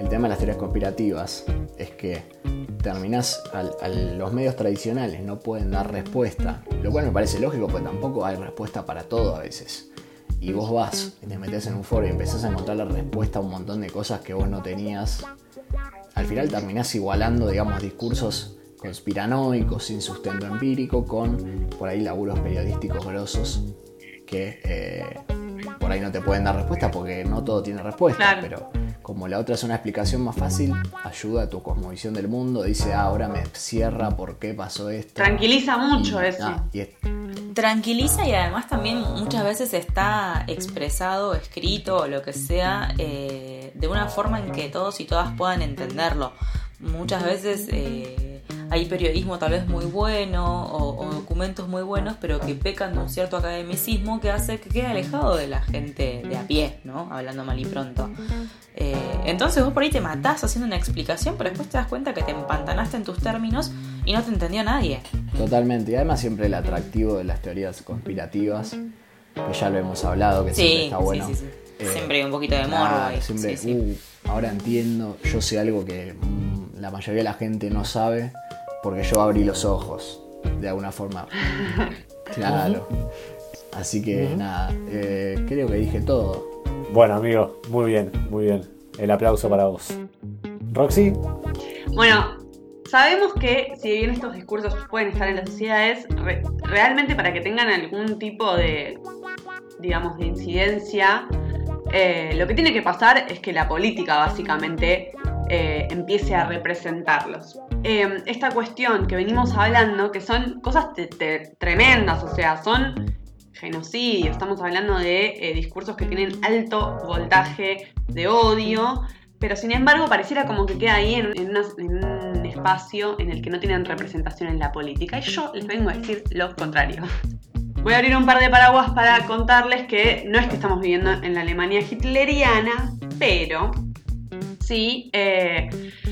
el tema de las teorías conspirativas es que terminás, a los medios tradicionales no pueden dar respuesta, lo cual me parece lógico porque tampoco hay respuesta para todo a veces. Y vos vas y te metés en un foro y empezás a encontrar la respuesta a un montón de cosas que vos no tenías. Al final terminás igualando, digamos, discursos conspiranoicos sin sustento empírico con, por ahí, laburos periodísticos grosos que eh, por ahí no te pueden dar respuesta porque no todo tiene respuesta. Claro. Pero como la otra es una explicación más fácil, ayuda a tu cosmovisión del mundo, dice, ah, ahora me cierra por qué pasó esto. Tranquiliza mucho y, eso. Ah, y es, Tranquiliza y además también muchas veces está expresado, escrito o lo que sea eh, de una forma en que todos y todas puedan entenderlo. Muchas veces eh, hay periodismo tal vez muy bueno o, o documentos muy buenos, pero que pecan de un cierto academicismo que hace que quede alejado de la gente de a pie, ¿no? Hablando mal y pronto. Eh, entonces vos por ahí te matás haciendo una explicación, pero después te das cuenta que te empantanaste en tus términos y no te entendió nadie. Totalmente, y además siempre el atractivo de las teorías conspirativas, que ya lo hemos hablado, que sí, siempre está bueno. Sí, sí, sí. Eh, siempre hay un poquito de morbo. Claro, ahí. siempre, sí, sí. Uh, ahora entiendo, yo sé algo que mmm, la mayoría de la gente no sabe, porque yo abrí los ojos, de alguna forma. Claro. Así que uh-huh. nada, eh, creo que dije todo. Bueno, amigo, muy bien, muy bien. El aplauso para vos. Roxy. Bueno, sabemos que si bien estos discursos pueden estar en las sociedades, re- realmente para que tengan algún tipo de, digamos, de incidencia, eh, lo que tiene que pasar es que la política básicamente eh, empiece a representarlos. Eh, esta cuestión que venimos hablando, que son cosas te- te- tremendas, o sea, son genocidio, estamos hablando de eh, discursos que tienen alto voltaje de odio, pero sin embargo pareciera como que queda ahí en, en, una, en un espacio en el que no tienen representación en la política, y yo les vengo a decir lo contrario. Voy a abrir un par de paraguas para contarles que no es que estamos viviendo en la Alemania hitleriana, pero sí, eh,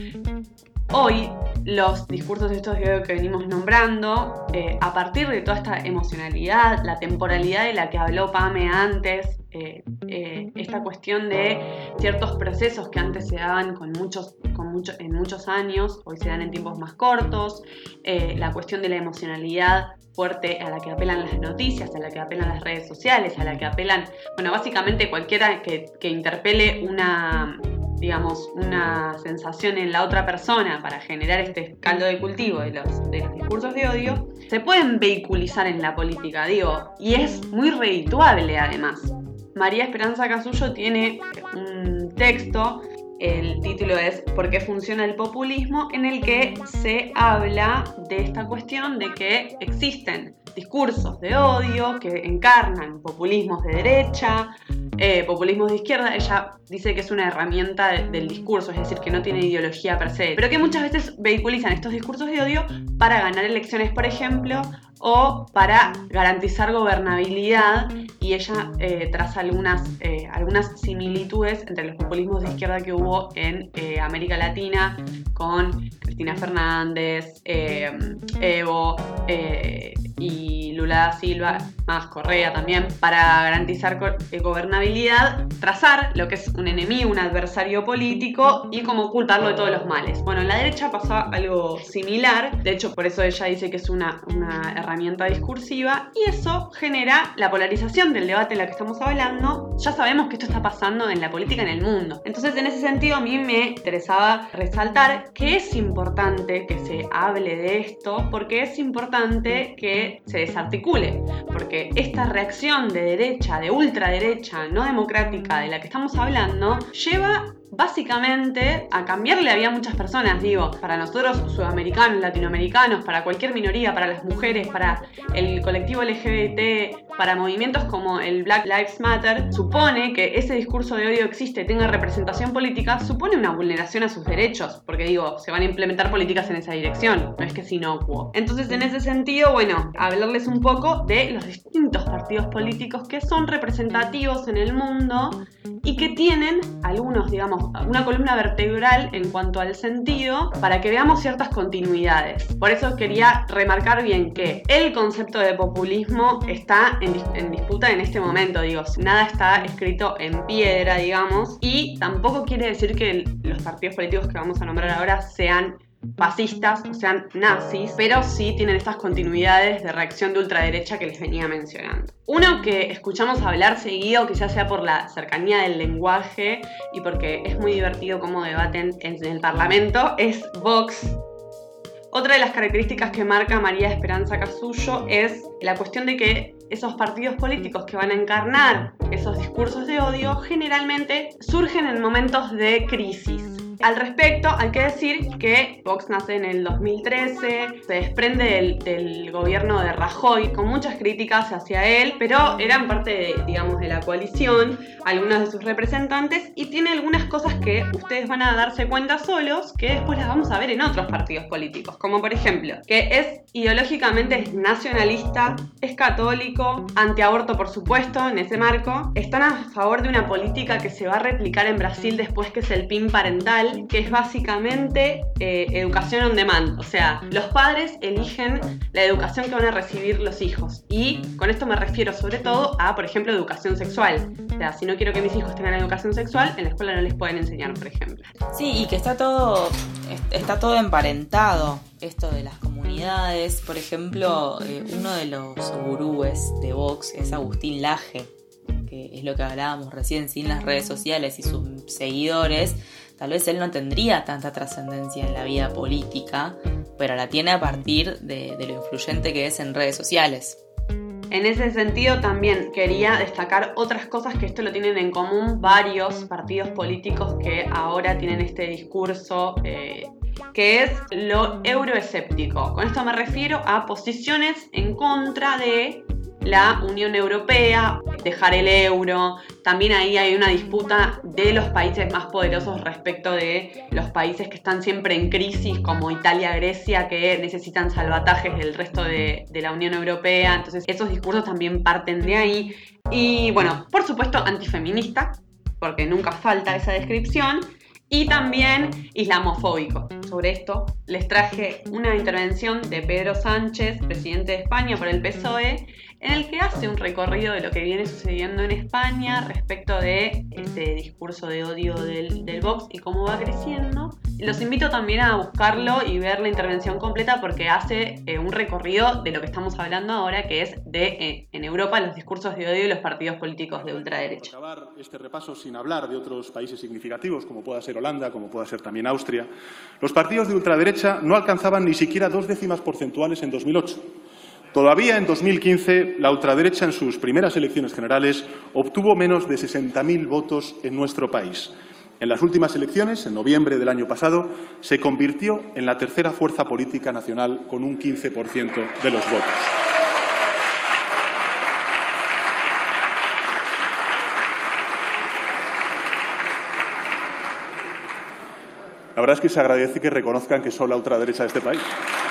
hoy los discursos de estos que venimos nombrando, eh, a partir de toda esta emocionalidad, la temporalidad de la que habló Pame antes, eh, eh, esta cuestión de ciertos procesos que antes se daban con muchos, con mucho, en muchos años, hoy se dan en tiempos más cortos, eh, la cuestión de la emocionalidad fuerte a la que apelan las noticias, a la que apelan las redes sociales, a la que apelan, bueno, básicamente cualquiera que, que interpele una, digamos, una sensación en la otra persona para generar este caldo de cultivo de los, de los discursos de odio, se pueden vehiculizar en la política, digo, y es muy redituable además. María Esperanza Casullo tiene un texto, el título es ¿Por qué funciona el populismo?, en el que se habla de esta cuestión de que existen discursos de odio que encarnan populismos de derecha, eh, populismos de izquierda. Ella dice que es una herramienta de, del discurso, es decir, que no tiene ideología per se, pero que muchas veces vehiculizan estos discursos de odio para ganar elecciones, por ejemplo, o para garantizar gobernabilidad, y ella eh, traza algunas, eh, algunas similitudes entre los populismos de izquierda que hubo en eh, América Latina con Cristina Fernández, eh, Evo eh, y Lula da Silva, más Correa también, para garantizar go- eh, gobernabilidad, trazar lo que es un enemigo, un adversario político y como culparlo de todos los males. Bueno, en la derecha pasa algo similar, de hecho por eso ella dice que es una, una herramienta discursiva, y eso genera la polarización del debate en la que estamos hablando. Ya sabemos que esto está pasando en la política en el mundo. Entonces, en ese sentido, a mí me interesaba resaltar que es importante que se hable de esto, porque es importante que se desarticule, porque esta reacción de derecha, de ultraderecha, no democrática de la que estamos hablando, lleva básicamente a cambiarle la vida a muchas personas, digo, para nosotros sudamericanos, latinoamericanos, para cualquier minoría, para las mujeres, para el colectivo L G B T, para movimientos como el Black Lives Matter, supone que ese discurso de odio existe, tenga representación política, supone una vulneración a sus derechos, porque digo, se van a implementar políticas en esa dirección, no es que es inocuo. Entonces, en ese sentido, bueno, hablarles un poco de los distintos partidos políticos que son representativos en el mundo y que tienen algunos, digamos, una columna vertebral en cuanto al sentido para que veamos ciertas continuidades. Por eso quería remarcar bien que el concepto de populismo está en, dis- en disputa en este momento, digo, nada está escrito en piedra, digamos, y tampoco quiere decir que el, los partidos políticos que vamos a nombrar ahora sean fascistas o sean nazis, pero sí tienen estas continuidades de reacción de ultraderecha que les venía mencionando. Uno que escuchamos hablar seguido, quizás sea por la cercanía del lenguaje y porque es muy divertido cómo debaten en el Parlamento, es Vox. Otra de las características que marca María Esperanza Casullo es la cuestión de que esos partidos políticos que van a encarnar esos discursos de odio generalmente surgen en momentos de crisis. Al respecto, hay que decir que Vox nace en el dos mil trece, se desprende del, del gobierno de Rajoy, con muchas críticas hacia él, pero eran parte, de, digamos, de la coalición, algunos de sus representantes, y tiene algunas cosas que ustedes van a darse cuenta solos, que después las vamos a ver en otros partidos políticos, como por ejemplo, que es ideológicamente es nacionalista, es católico, antiaborto por supuesto, en ese marco, están a favor de una política que se va a replicar en Brasil después, que es el P I N parental, que es básicamente eh, educación on demand, o sea, los padres eligen la educación que van a recibir los hijos, y con esto me refiero sobre todo a, por ejemplo, educación sexual. O sea, si no quiero que mis hijos tengan educación sexual, en la escuela no les pueden enseñar, por ejemplo. Sí, y que está todo, está todo emparentado, esto de las comunidades. Por ejemplo, eh, uno de los gurúes de Vox es Agustín Laje, que es lo que hablábamos recién, sin las redes sociales y sus seguidores. Tal vez él no tendría tanta trascendencia en la vida política, pero la tiene a partir de, de lo influyente que es en redes sociales. En ese sentido también quería destacar otras cosas que esto lo tienen en común varios partidos políticos que ahora tienen este discurso eh, que es lo euroescéptico. Con esto me refiero a posiciones en contra de la Unión Europea, dejar el euro. También ahí hay una disputa de los países más poderosos respecto de los países que están siempre en crisis, como Italia, Grecia, que necesitan salvatajes del resto de, de la Unión Europea. Entonces esos discursos también parten de ahí. Y bueno, por supuesto antifeminista, porque nunca falta esa descripción. Y también islamofóbico. Sobre esto les traje una intervención de Pedro Sánchez, presidente de España por el P S O E, en el que hace un recorrido de lo que viene sucediendo en España respecto de este discurso de odio del, del Vox y cómo va creciendo. Los invito también a buscarlo y ver la intervención completa, porque hace eh, un recorrido de lo que estamos hablando ahora, que es de eh, en Europa los discursos de odio y los partidos políticos de ultraderecha. Para acabar este repaso sin hablar de otros países significativos, como pueda ser Holanda, como pueda ser también Austria, los partidos de ultraderecha no alcanzaban ni siquiera dos décimas porcentuales en dos mil ocho. Todavía en dos mil quince, la ultraderecha en sus primeras elecciones generales obtuvo menos de sesenta mil votos en nuestro país. En las últimas elecciones, en noviembre del año pasado, se convirtió en la tercera fuerza política nacional con un quince por ciento de los votos. La verdad es que se agradece que reconozcan que son la ultraderecha de este país.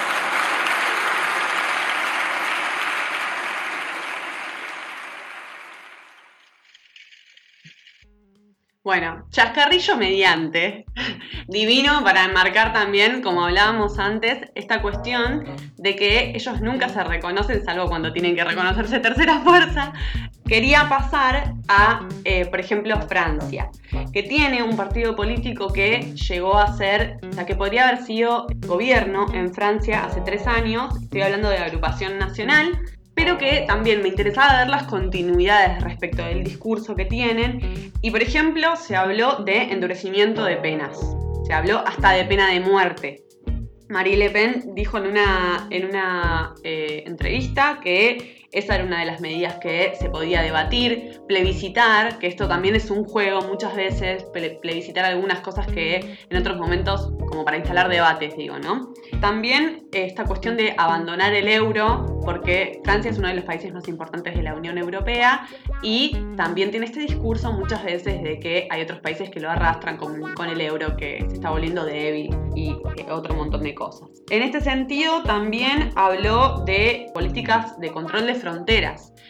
Bueno, chascarrillo mediante, divino para enmarcar también, como hablábamos antes, esta cuestión de que ellos nunca se reconocen, salvo cuando tienen que reconocerse tercera fuerza. Quería pasar a, eh, por ejemplo, Francia, que tiene un partido político que llegó a ser, o sea, que podría haber sido gobierno en Francia hace tres años, estoy hablando de la Agrupación Nacional, pero que también me interesaba ver las continuidades respecto del discurso que tienen. Y, por ejemplo, se habló de endurecimiento de penas. Se habló hasta de pena de muerte. Marine Le Pen dijo en una, en una eh, entrevista que esa era una de las medidas que se podía debatir, plebiscitar, que esto también es un juego muchas veces, plebiscitar algunas cosas que en otros momentos, como para instalar debates, digo, ¿no? También esta cuestión de abandonar el euro, porque Francia es uno de los países más importantes de la Unión Europea y también tiene este discurso muchas veces de que hay otros países que lo arrastran con, con el euro, que se está volviendo débil y otro montón de cosas. En este sentido también habló de políticas de control de fronteras.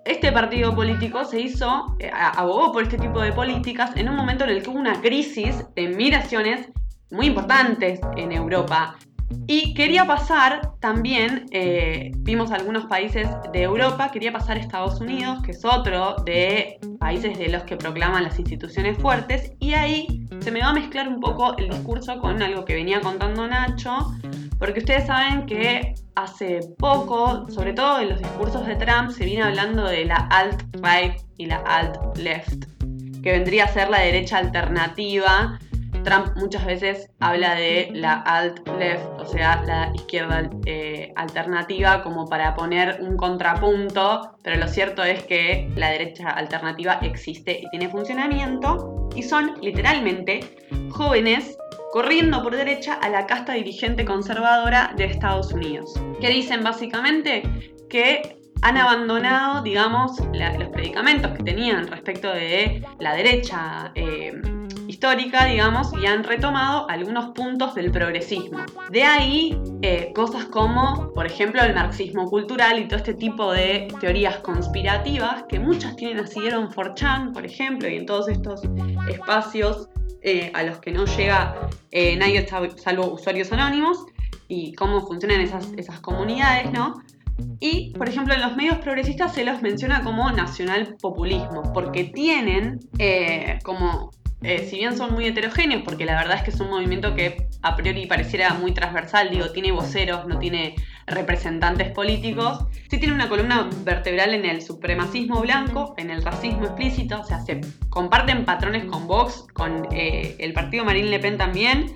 este partido político se hizo, eh, abogó por este tipo de políticas en un momento en el que hubo una crisis de migraciones muy importantes en Europa. Y quería pasar también, eh, vimos algunos países de Europa, quería pasar Estados Unidos, que es otro de países de los que proclaman las instituciones fuertes, y ahí se me va a mezclar un poco el discurso con algo que venía contando Nacho, porque ustedes saben que hace poco, sobre todo en los discursos de Trump, se viene hablando de la alt-right y la alt-left, que vendría a ser la derecha alternativa. Trump muchas veces habla de la alt-left, o sea, la izquierda eh, alternativa, como para poner un contrapunto, pero lo cierto es que la derecha alternativa existe y tiene funcionamiento, y son literalmente jóvenes corriendo por derecha a la casta dirigente conservadora de Estados Unidos. ¿Qué dicen básicamente? Que han abandonado, digamos, la, los predicamentos que tenían respecto de la derecha eh, histórica, digamos, y han retomado algunos puntos del progresismo. De ahí, eh, cosas como, por ejemplo, el marxismo cultural y todo este tipo de teorías conspirativas, que muchas tienen así en cuatro chan, por ejemplo, y en todos estos espacios eh, a los que no llega eh, nadie salvo usuarios anónimos, y cómo funcionan esas, esas comunidades, ¿no? Y, por ejemplo, en los medios progresistas se los menciona como nacionalpopulismo, porque tienen eh, como, eh, si bien son muy heterogéneos, porque la verdad es que es un movimiento que a priori pareciera muy transversal, digo, tiene voceros, no tiene representantes políticos, sí tiene una columna vertebral en el supremacismo blanco, en el racismo explícito, o sea, se comparten patrones con Vox, con eh, el partido Marine Le Pen también,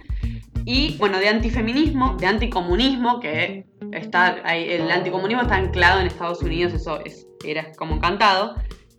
y bueno, de antifeminismo, de anticomunismo, que está ahí, el anticomunismo está anclado en Estados Unidos, eso es, era como cantado.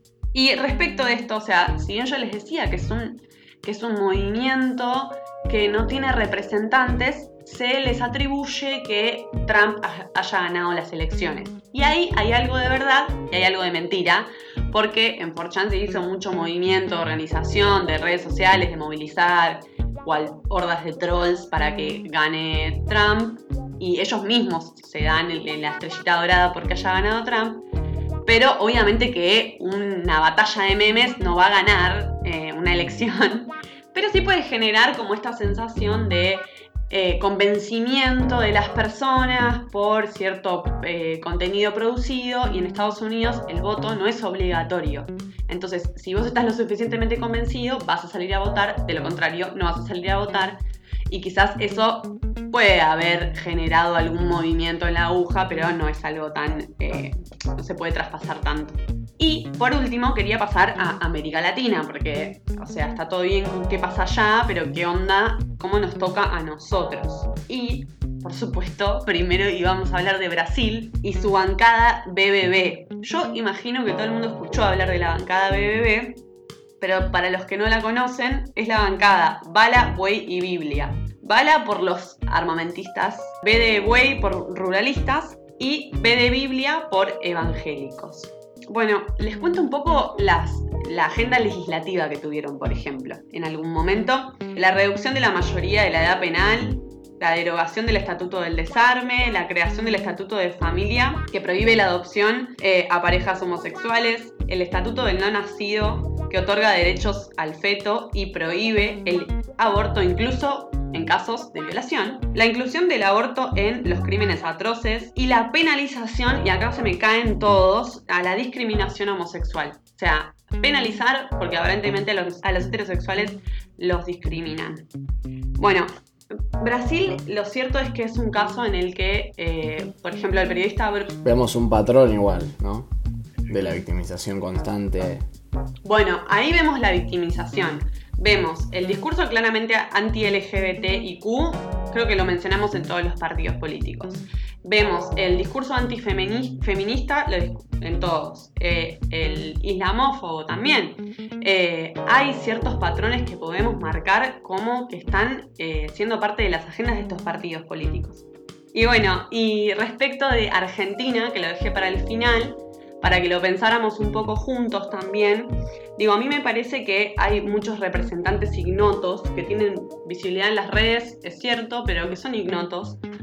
Y respecto de esto, o sea, si bien yo les decía que es un, que es un movimiento que no tiene representantes, se les atribuye que Trump haya ganado las elecciones. Y ahí hay algo de verdad y hay algo de mentira, porque en cuatro chan se hizo mucho movimiento, organización de redes sociales, de movilizar cual hordas de trolls para que gane Trump, y ellos mismos se dan en la estrellita dorada porque haya ganado Trump, pero obviamente que una batalla de memes no va a ganar eh, una elección, pero sí puede generar como esta sensación de eh, convencimiento de las personas por cierto eh, contenido producido, y en Estados Unidos el voto no es obligatorio. Entonces, si vos estás lo suficientemente convencido, vas a salir a votar, de lo contrario, no vas a salir a votar, y quizás eso puede haber generado algún movimiento en la aguja, pero no es algo tan, eh, no se puede traspasar tanto. Y por último, quería pasar a América Latina, porque, o sea, está todo bien con qué pasa allá, pero qué onda, cómo nos toca a nosotros. Y, por supuesto, primero íbamos a hablar de Brasil y su bancada B B B. Yo imagino que todo el mundo escuchó hablar de la bancada B B B, pero para los que no la conocen, es la bancada Bala, Buey y Biblia. Bala por los armamentistas, B de Buey por ruralistas y B de Biblia por evangélicos. Bueno, les cuento un poco las, la agenda legislativa que tuvieron, por ejemplo, en algún momento. La reducción de la mayoría de la edad penal, la derogación del Estatuto del Desarme, la creación del Estatuto de Familia, que prohíbe la adopción eh, a parejas homosexuales, el Estatuto del No Nacido, que otorga derechos al feto y prohíbe el aborto incluso en casos de violación, la inclusión del aborto en los crímenes atroces y la penalización, y acá se me caen todos, a la discriminación homosexual. O sea, penalizar porque aparentemente a los, a los heterosexuales los discriminan. Bueno, Brasil, lo cierto es que es un caso en el que, eh, por ejemplo, el periodista... Vemos un patrón igual, ¿no? De la victimización constante. Bueno, ahí vemos la victimización. Vemos el discurso claramente anti-L G B T I Q, creo que lo mencionamos en todos los partidos políticos. Vemos el discurso antifeminista en todos, eh, el islamófobo también. Eh, hay ciertos patrones que podemos marcar como que están eh, siendo parte de las agendas de estos partidos políticos. Y bueno, y respecto de Argentina, que lo dejé para el final, para que lo pensáramos un poco juntos también, digo, a mí me parece que hay muchos representantes ignotos que tienen visibilidad en las redes, es cierto, pero que son ignotos.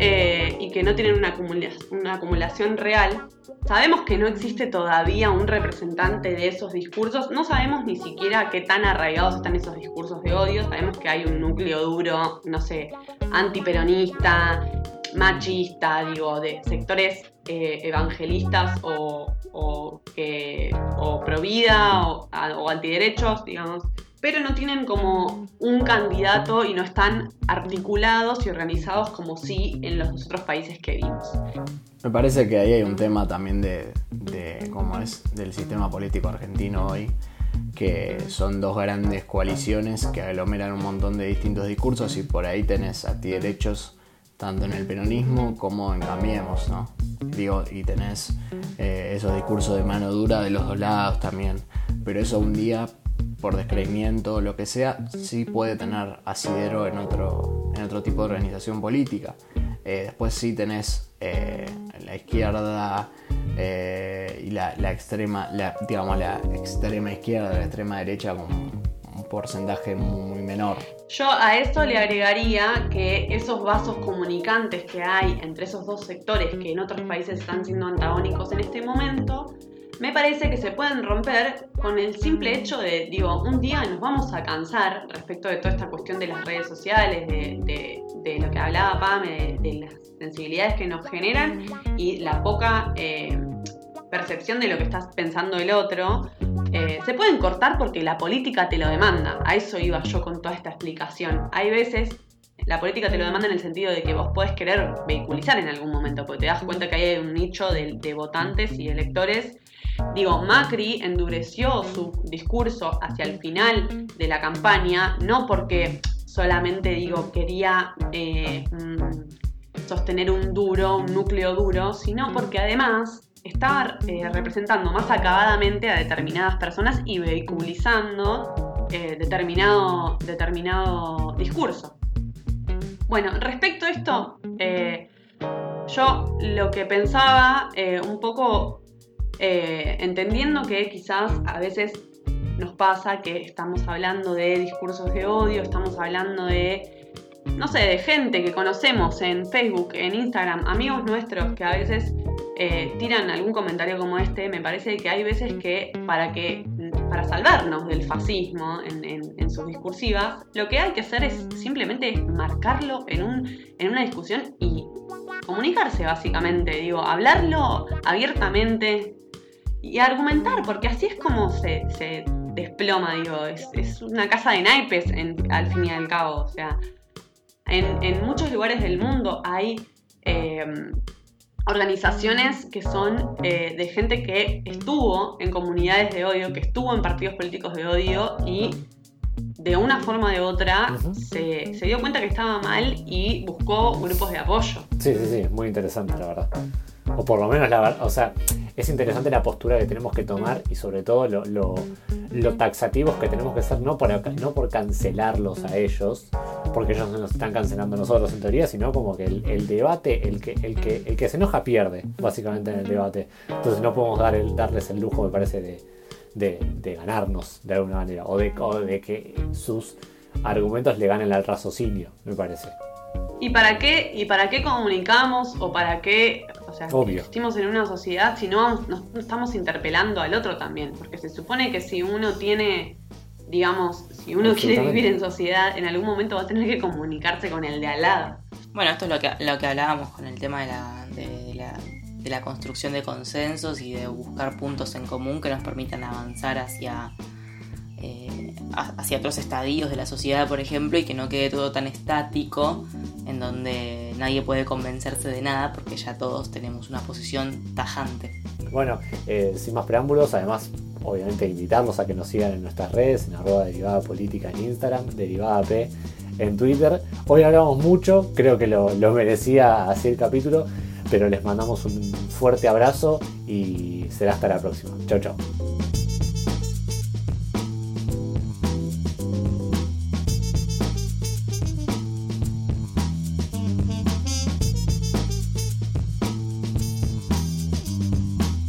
eh, y que no tienen una, acumula una acumulación real. Sabemos que no existe todavía un representante de esos discursos, no sabemos ni siquiera qué tan arraigados están esos discursos de odio, sabemos que hay un núcleo duro, no sé, antiperonista, machista, digo, de sectores eh, evangelistas o, o, eh, o pro vida o, o antiderechos, digamos, pero no tienen como un candidato y no están articulados y organizados como sí en los otros países que vimos. Me parece que ahí hay un tema también de, de cómo es del sistema político argentino hoy, que son dos grandes coaliciones que aglomeran un montón de distintos discursos y por ahí tenés antiderechos tanto en el peronismo como en Cambiemos, ¿no? Digo, y tenés eh, esos discursos de mano dura de los dos lados también, pero eso un día, por descreimiento o lo que sea, sí puede tener asidero en otro, en otro tipo de organización política. Eh, después sí tenés eh, la izquierda eh, y la, la extrema, la, digamos la extrema izquierda, la extrema derecha con un porcentaje muy menor. Yo a eso le agregaría que esos vasos comunicantes que hay entre esos dos sectores que en otros países están siendo antagónicos en este momento, me parece que se pueden romper con el simple hecho de, digo, un día nos vamos a cansar respecto de toda esta cuestión de las redes sociales, de, de, de lo que hablaba Pame, de, de las sensibilidades que nos generan y la poca eh, percepción de lo que estás pensando el otro. Eh, se pueden cortar porque la política te lo demanda. A eso iba yo con toda esta explicación. Hay veces la política te lo demanda en el sentido de que vos podés querer vehiculizar en algún momento, porque te das cuenta que hay un nicho de, de votantes y electores. Digo, Macri endureció su discurso hacia el final de la campaña, no porque solamente, digo, quería eh, sostener un duro, un núcleo duro, sino porque además estaba eh, representando más acabadamente a determinadas personas y vehiculizando eh, determinado, determinado discurso. Bueno, respecto a esto, eh, yo lo que pensaba eh, un poco... Eh, entendiendo que quizás a veces nos pasa que estamos hablando de discursos de odio, estamos hablando de, no sé, de gente que conocemos en Facebook, en Instagram, amigos nuestros que a veces eh, tiran algún comentario como este. Me parece que hay veces que para, que, para salvarnos del fascismo en, en, en sus discursivas, lo que hay que hacer es simplemente marcarlo en, un, en una discusión y comunicarse básicamente, digo, hablarlo abiertamente y argumentar, porque así es como se, se desploma, digo, es, es una casa de naipes en, al fin y al cabo. O sea, en, en muchos lugares del mundo hay eh, organizaciones que son eh, de gente que estuvo en comunidades de odio, que estuvo en partidos políticos de odio y de una forma u de otra uh-huh. se, se dio cuenta que estaba mal y buscó grupos de apoyo. Sí, sí, sí, es muy interesante la verdad. O por lo menos la verdad, o sea, es interesante la postura que tenemos que tomar y sobre todo lo, lo, lo taxativos que tenemos que ser, no por, no por cancelarlos a ellos, porque ellos nos están cancelando a nosotros en teoría, sino como que el, el debate, el que, el, que, el que se enoja pierde, básicamente en el debate. Entonces no podemos dar el, darles el lujo, me parece, de, de, de ganarnos de alguna manera, o de, o de que sus argumentos le ganen al raciocinio, me parece. ¿Y para qué, y para qué comunicamos o para qué, o sea, Obvio. existimos en una sociedad si no nos estamos interpelando al otro también? Porque se supone que si uno tiene, digamos, si uno quiere vivir en sociedad, en algún momento va a tener que comunicarse con el de al lado. Bueno, esto es lo que, lo que hablábamos con el tema de la, de, la, de la construcción de consensos y de buscar puntos en común que nos permitan avanzar hacia... Eh, hacia otros estadios de la sociedad, por ejemplo, y que no quede todo tan estático en donde nadie puede convencerse de nada porque ya todos tenemos una posición tajante. Bueno, eh, sin más preámbulos, además obviamente invitarlos a que nos sigan en nuestras redes, en arroba derivada política en Instagram, derivada P en Twitter. Hoy hablamos mucho, creo que lo, lo merecía así el capítulo, pero les mandamos un fuerte abrazo y será hasta la próxima. Chau chau.